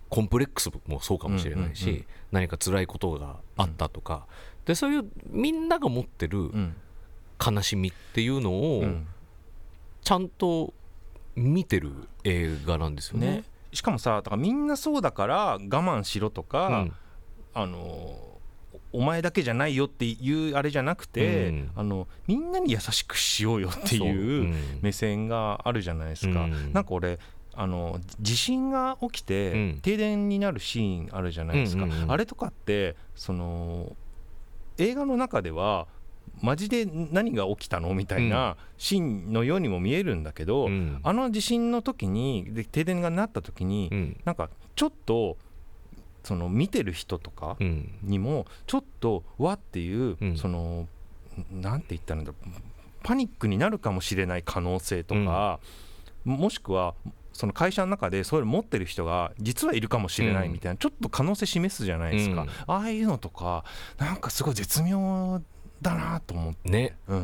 コンプレックスもそうかもしれないし、うんうんうん、何か辛いことがあったとか、うん、でそういうみんなが持ってる悲しみっていうのをちゃんと見てる映画なんですよね。ね、 しかもさ、だからみんなそうだから我慢しろとか、うん、あのお前だけじゃないよっていうあれじゃなくて、うん、あのみんなに優しくしようよっていう目線があるじゃないですか、うん、なんか俺あの地震が起きて停電になるシーンあるじゃないですか、うんうんうん、あれとかってその映画の中ではマジで何が起きたのみたいなシーンのようにも見えるんだけど、うん、あの地震の時にで停電がなった時に、うん、なんかちょっとその見てる人とかにもちょっとわっていう、うん、そのなんて言ったらいいんだろう、パニックになるかもしれない可能性とか、うん、もしくはその会社の中でそういうの持ってる人が実はいるかもしれないみたいな、うん、ちょっと可能性示すじゃないですか、うん、ああいうのとかなんかすごい絶妙だなと思って、ね、うん、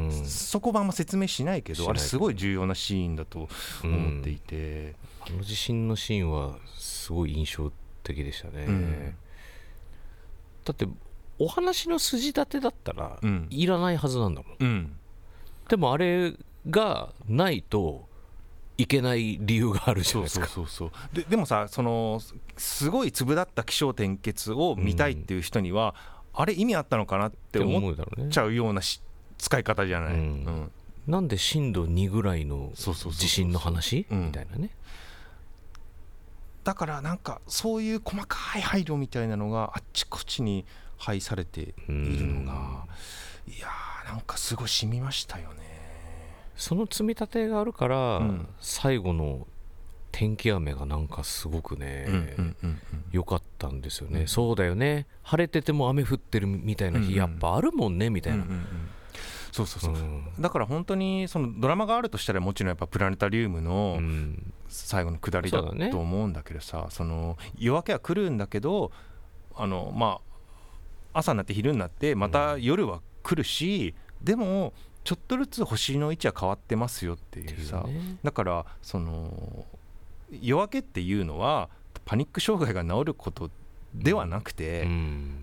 そこはあんま説明しないけどあれすごい重要なシーンだと思っていて、 うん、あの地震のシーンはすごい印象的でしたね、うん、だってお話の筋立てだったらいらないはずなんだもん、うん、でもあれがないといけない理由があるじゃないですか。 そうそうそうそう。 で, でもさ、そのすごい粒だった起承転結を見たいっていう人には、うん、あれ意味あったのかなって思っちゃうようなし使い方じゃない、うんうん、 なんで震度にぐらいの地震の話みたいなね。 だからなんかそういう細かい配慮みたいなのがあっちこっちに配されているのが、いやーなんかすごい染みましたよね。 その積み立てがあるから、うん、最後の天気雨がなんかすごくね、うんうんうんうん、良かったんですよね、うん、そうだよね、晴れてても雨降ってるみたいな日やっぱあるもんね、うんうん、みたいな、うんうんうん、 そうそうそう、うん、だから本当にそのドラマがあるとしたらもちろんやっぱプラネタリウムの最後の下りだと思うんだけどさ、うん、その夜明けは来るんだけど、あのまあ朝になって昼になってまた夜は来るし、うん、でもちょっとずつ星の位置は変わってますよっていうさ、っていうね、だからその夜明けっていうのはパニック障害が治ることではなくて、うん、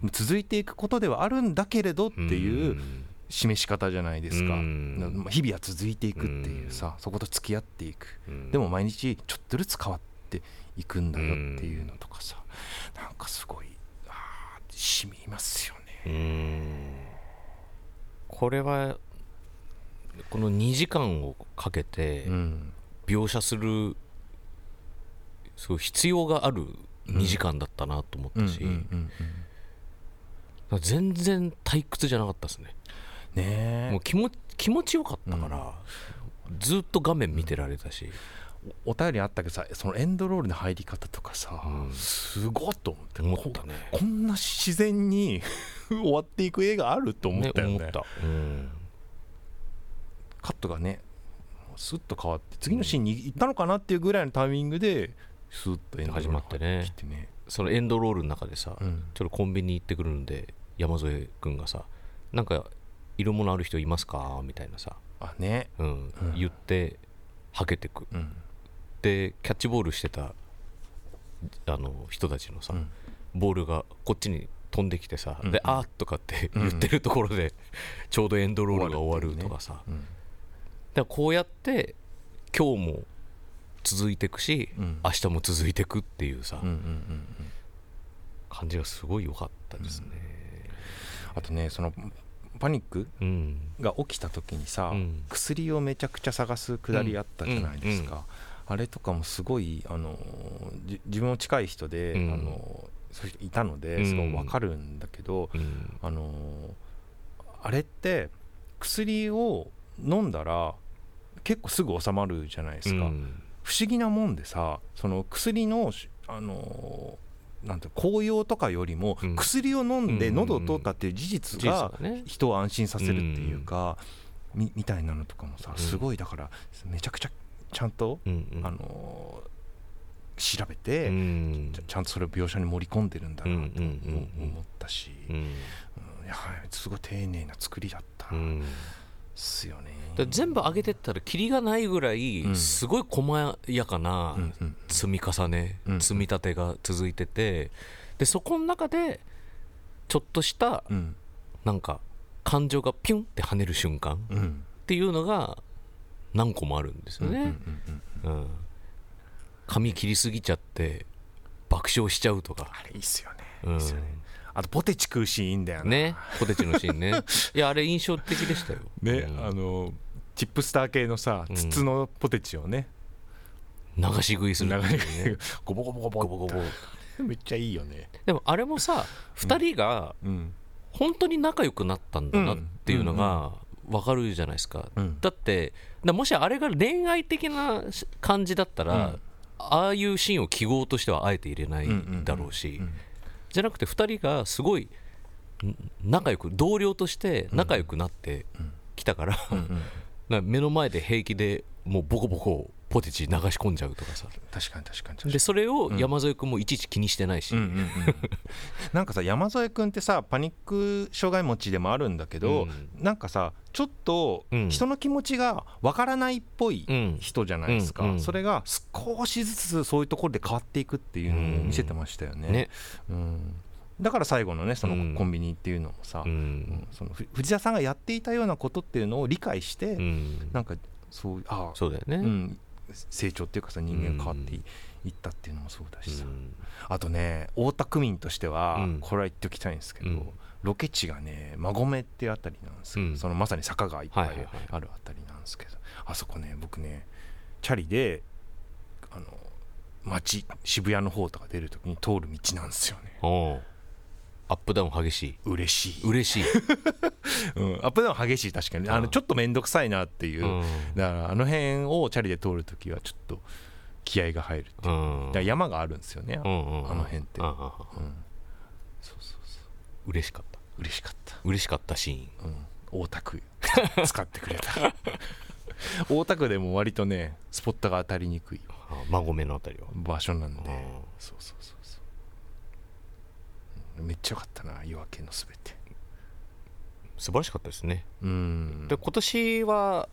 続いていくことではあるんだけれどっていう示し方じゃないですか、うん、日々は続いていくっていうさ、そこと付き合っていく、うん、でも毎日ちょっとずつ変わっていくんだよっていうのとかさ、なんかすごいあ染みますよね。 うん、これはこのにじかんをかけて描写するすごい必要があるにじかんだったなと思ったし、全然退屈じゃなかったですね。 ね、 もう気も気持ちよかったから、うん、ずっと画面見てられたし、 お, お便りあったけどさ、そのエンドロールの入り方とかさ、うん、すごっと思って思ったね。 こ, こんな自然に終わっていく映画あると思ったよね。 ね、思った、うん、 カットがねスッと変わって次のシーンに行ったのかなっていうぐらいのタイミングでスッとエンドロール始まってね、ね、そのエンドロールの中でさ、うん、ちょっとコンビニ行ってくるんで山添君がさ、なんかいるものある人いますかみたいなさ、 あ、ね、 うんうん、言ってはけてく、うん、でキャッチボールしてたあの人たちのさ、うん、ボールがこっちに飛んできてさ、うん、であーとかって言ってるところで、うん、ちょうどエンドロールが終わるとかさ、ね、うん、だからこうやって今日も続いていくし、うん、明日も続いていくっていうさ、うんうんうんうん、感じがすごい良かったですね、 うん、あとね、そのパニックが起きた時にさ、うん、薬をめちゃくちゃ探すくだりあったじゃないですか、うんうんうん、あれとかもすごいあの自分の近い人で、うん、あのそういう人いたのですごい分かるんだけど、うん、あのあれって薬を飲んだら結構すぐ収まるじゃないですか、うん、不思議なもんでさ、その薬のあのなんて効用とかよりも薬を飲んで喉を通ったっていう事実が人を安心させるっていうか、み, みたいなのとかもさ、すごいだからめちゃくちゃちゃんと、うんうん、あの調べて、うん、ちゃんとそれを描写に盛り込んでるんだなと思ったし、うんうんうんうん、やはりすごい丁寧な作りだった、うん、 すよね。 だ全部上げてったらキリがないぐらい、うん、すごい細やかな積み重ね、うんうん、積み立てが続いてて、でそこの中でちょっとした、うん、なんか感情がピュンって跳ねる瞬間、うん、っていうのが何個もあるんですよね。髪切りすぎちゃって爆笑しちゃうとか、 あれいいっすよね、うん、いいっすよね。あとポテチ食うシーンいいんだよね。ポテチのシーンねいやあれ印象的でしたよね、うん、あのチップスター系のさ筒のポテチをね、 うん、流し食いするっていうねゴボゴボゴボゴボゴボめっちゃいいよね。 でもあれもさふたりが本当に仲良くなったんだなっていうのが分かるじゃないですか、うん、だってだもしあれが恋愛的な感じだったら、うん、ああいうシーンを記号としてはあえて入れないだろうし、うんうんうんうん、じゃなくてふたりがすごい仲良く同僚として仲良くなってきたから、うんうんうん目の前で平気でもうボコボコポテチ流し込んじゃうとかさ。 確かに確かに確かに。 でそれを山添君もいちいち気にしてないし、うんうんうんうん、 なんかさ山添君ってさパニック障害持ちでもあるんだけど、うん、なんかさちょっと人の気持ちがわからないっぽい人じゃないですか、うんうんうん、それが少しずつそういうところで変わっていくっていうのを見せてましたよね、うんねうん、だから最後のねそのコンビニっていうのもさ、うんうん、その藤田さんがやっていたようなことっていうのを理解して、うん、なんかそうあそうだよね、うん、 成長っていうかさ人間変わっていったっていうのもそうだしさ、うん、あとね太田区民としては、うん、これは言っておきたいんですけど、うん、ロケ地がね馬込っていうあたりなんですけど、うん、そのまさに坂がいっぱいあるあたりなんですけど、はいはいはい、あそこね僕ねチャリであの街渋谷の方とか出るときに通る道なんですよね。 おアップダウン激しい。 嬉しい嬉しい、 うん、アップダウン激しい。確かにあのちょっとめんどくさいなっていう、うん、だからあの辺をチャリで通るときはちょっと気合が入るっていう、うん、だから山があるんですよね、うんうんうん、あの辺って、うんうん、そうそうそう嬉しかった嬉しかった嬉しかったシーン、 うん、大田区使ってくれた大田区でも割とねスポットが当たりにくい馬込のあたりは場所なんで、そうそうそうそう、めっちゃ良かったな夜明けのすべて。 素晴らしかったですね。うんで今年は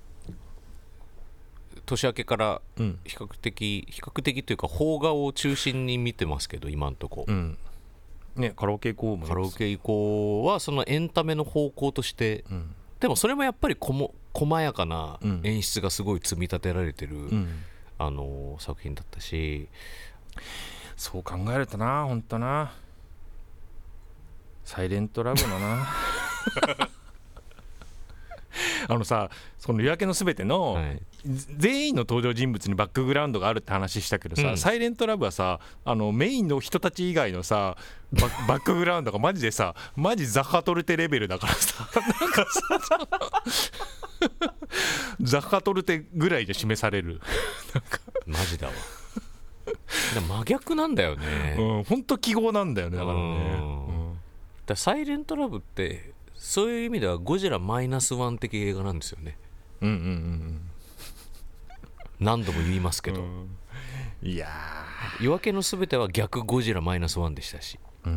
年明けから比較的、うん、比較的というか邦画を中心に見てますけど今んとこ、うんね、カラオケ以降もカラオケ以降はそのエンタメの方向として、うん、でもそれもやっぱりこも細やかな演出がすごい積み立てられてる、うん、あの作品だったし、 そう考えるとな本当なサイレントラブのなあのさその夜明けのすべての、はい、全員の登場人物にバックグラウンドがあるって話したけどさ、うん、サイレントラブはさあのメインの人たち以外のさ バ, バックグラウンドがマジでさマジザッハトルテレベルだからさなんかさザッハトルテぐらいで示されるなんかマジだわ真逆なんだよね、 うん、ほんと記号なんだよねだからね、うん、 だサイレントラブってそういう意味ではゴジラマイナスワン的映画なんですよね。うんうんうんうん何度も言いますけど、うん、 いや夜明けのすべては逆ゴジラマイナスワンでしたし、うん、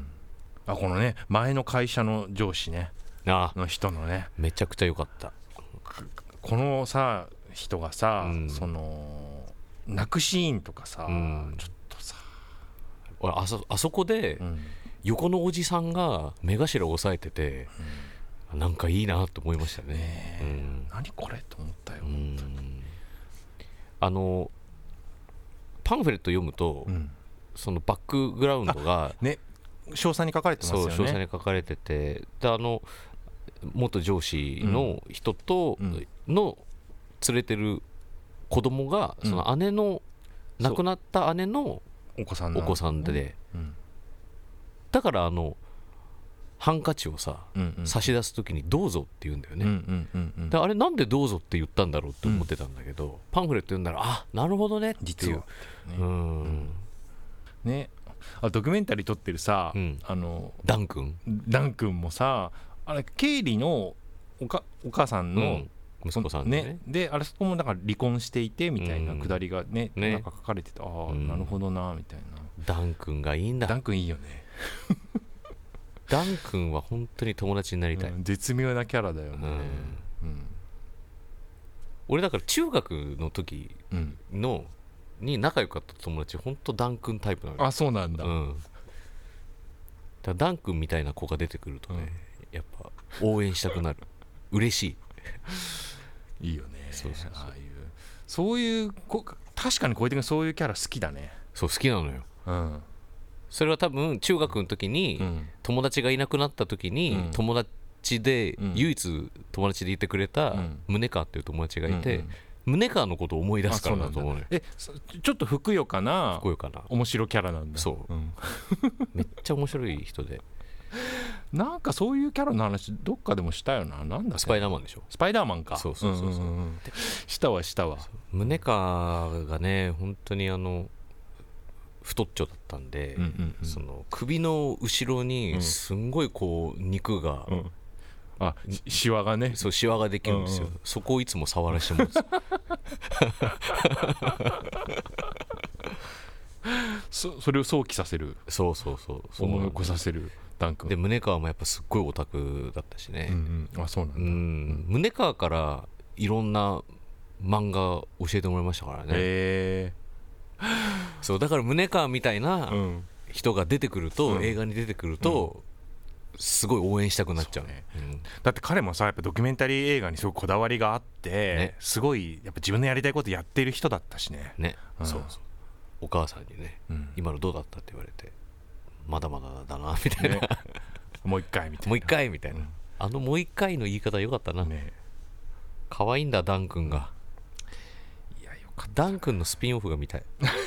あこのね前の会社の上司ねあの人のねめちゃくちゃ良かった。 このさ人がさ、うん、その泣くシーンとかさ、うん、ちょっとさ俺 あ, そ, あそこで、うん横のおじさんが目頭を押さえてて、うん、なんかいいなと思いましたね。ね、 うん、何これと思ったよ、うん、 あのパンフレット読むと、うん、そのバックグラウンドがね詳細に書かれてますよね。 そう詳細に書かれててであの元上司の人との連れてる子供が、うん、その姉の亡くなった姉のお子さんお子さんで、うんだからあのハンカチをさ、うんうん、差し出すときにどうぞって言うんだよね、うんうんうんうん、であれなんでどうぞって言ったんだろうって思ってたんだけど、うん、パンフレット読んだらあなるほどねっていう実はね、うんうん、 ねあドキュメンタリー撮ってるさ、うん、あのダン君ダン君もさあれ経理のおかお母さんの、うん息子さん ね, ねであれそこもだから離婚していてみたいなくだりが ね,、うん、ねなんか書かれててああ、うん、なるほどなみたいな。 ダン君がいいんだ。 ダン君いいよねダン君は本当に友達になりたい、 うん、絶妙なキャラだよね、うんうん、 俺だから中学の時の、うん、に仲良かった友達ほんとダン君タイプなのよ。 あ、そうなんだ、 うん、だダン君みたいな子が出てくるとね、うん、やっぱ応援したくなる嬉しいいいよね。 そうそうそう、 ああいうそういうこ確かに小出君そういうキャラ好きだね。 そう好きなのよ、 うん、 それは多分中学の時に、うん、友達がいなくなった時に、うん、友達で、うん、唯一友達でいてくれた、うん、宗川っていう友達がいて、うんうん、宗川のことを思い出すからだと思うのよ。 えちょっとふくよかなふくよかな面白キャラなんだ。 そう、うん、めっちゃ面白い人でなんかそういうキャラの話どっかでもしたよな。なんだっけ、 スパイダーマンでしょ。 スパイダーマンか。 そうそうそうそう、うんうんうん、 したわしたわ。 宗川がね本当にあの太っちょだったんで、うんうんうん、その首の後ろにすんごいこう肉が、うんうん、 あシワがね、 そうシワができるんですよ、うんうん、そこをいつも触らせてもらってそ, それを想起させる。 そうそうそう、 思い起こさせるダン君で、宗川もやっぱすっごいオタクだったしね、 うんうん、あそうなんだ、うん、 宗川からいろんな漫画教えてもらいましたからね。 へーそうだから宗川みたいな人が出てくると、うん、映画に出てくると、うん、すごい応援したくなっちゃうね、うん、 だって彼もさやっぱドキュメンタリー映画にすごくこだわりがあって、ね、すごいやっぱ自分のやりたいことやっている人だったしね。 ね、 うん、 そうそう、お母さんにね、うん、今のどうだったって言われてまだまだだなみたいな、ね、 もう一回みたいなもう一回みたいな、うん、あのもう一回の言い方よかったな、ね、可愛いんだダン君が。いやよかった。ダン君のスピンオフが見たい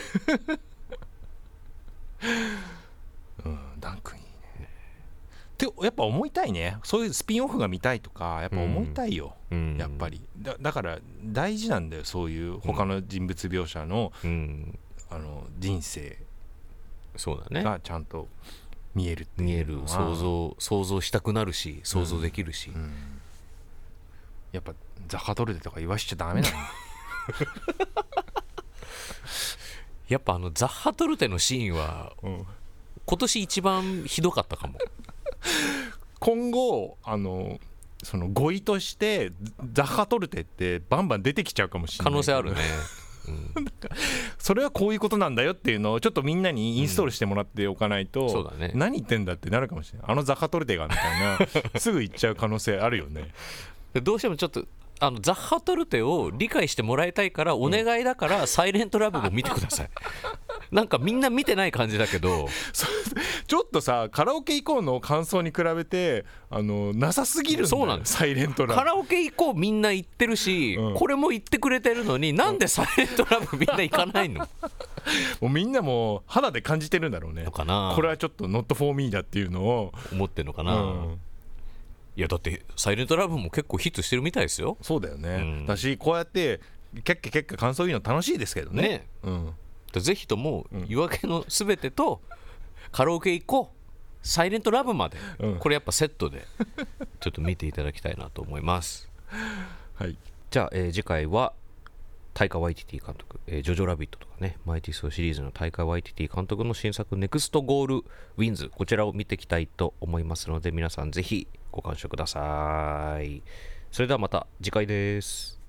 うん、ダン君いいねってやっぱ思いたいね。そういうスピンオフが見たいとかやっぱ思いたいよ、うん、やっぱり だ, だから大事なんだよそういう他の人物描写の、うん、あの人生がちゃんと見えるっていうのは、 見える、想像想像したくなるし想像できるし、うんうん、 やっぱザハトルテとか言わしちゃダメなんだやっぱあのザッハトルテのシーンは、うん、今年一番ひどかったかも今後あのその語彙としてザッハトルテってバンバン出てきちゃうかもしれない。 可能性あるね、 うん、それはこういうことなんだよっていうのをちょっとみんなにインストールしてもらっておかないと、うん、そうだね、何言ってんだってなるかもしれない。あのザッハトルテがみたいなすぐ言っちゃう可能性あるよねどうしてもちょっとあのザッハトルテを理解してもらいたいからお願いだから、うん、サイレントラブも見てくださいなんかみんな見てない感じだけどちょっとさカラオケ行こうの感想に比べてあのなさすぎるんだよ。 そうなんです。 サイレントラブカラオケ行こうみんな言ってるし、うん、これも言ってくれてるのになんでサイレントラブみんな行かないのもうみんなもう肌で感じてるんだろうね。 のかな。 これはちょっと not for me だっていうのを思ってるのかな、うん、いやだってサイレントラブも結構ヒットしてるみたいですよ。 そうだよね、うん、だしこうやってキャッキャキャッキャ感想言うの楽しいですけどね。ね、うん、 ぜひとも夜明けのすべてとカラオケ行こうサイレントラブまで、うん、これやっぱセットでちょっと見ていただきたいなと思いますはい、 じゃあ、えー、次回はタイカ・ワイティティ監督、えー、ジョジョラビットとかねマイティソーシリーズのタイカ・ワイティティ監督の新作ネクストゴールウィンズ、こちらを見ていきたいと思いますので皆さんぜひご鑑賞ください。それではまた次回です。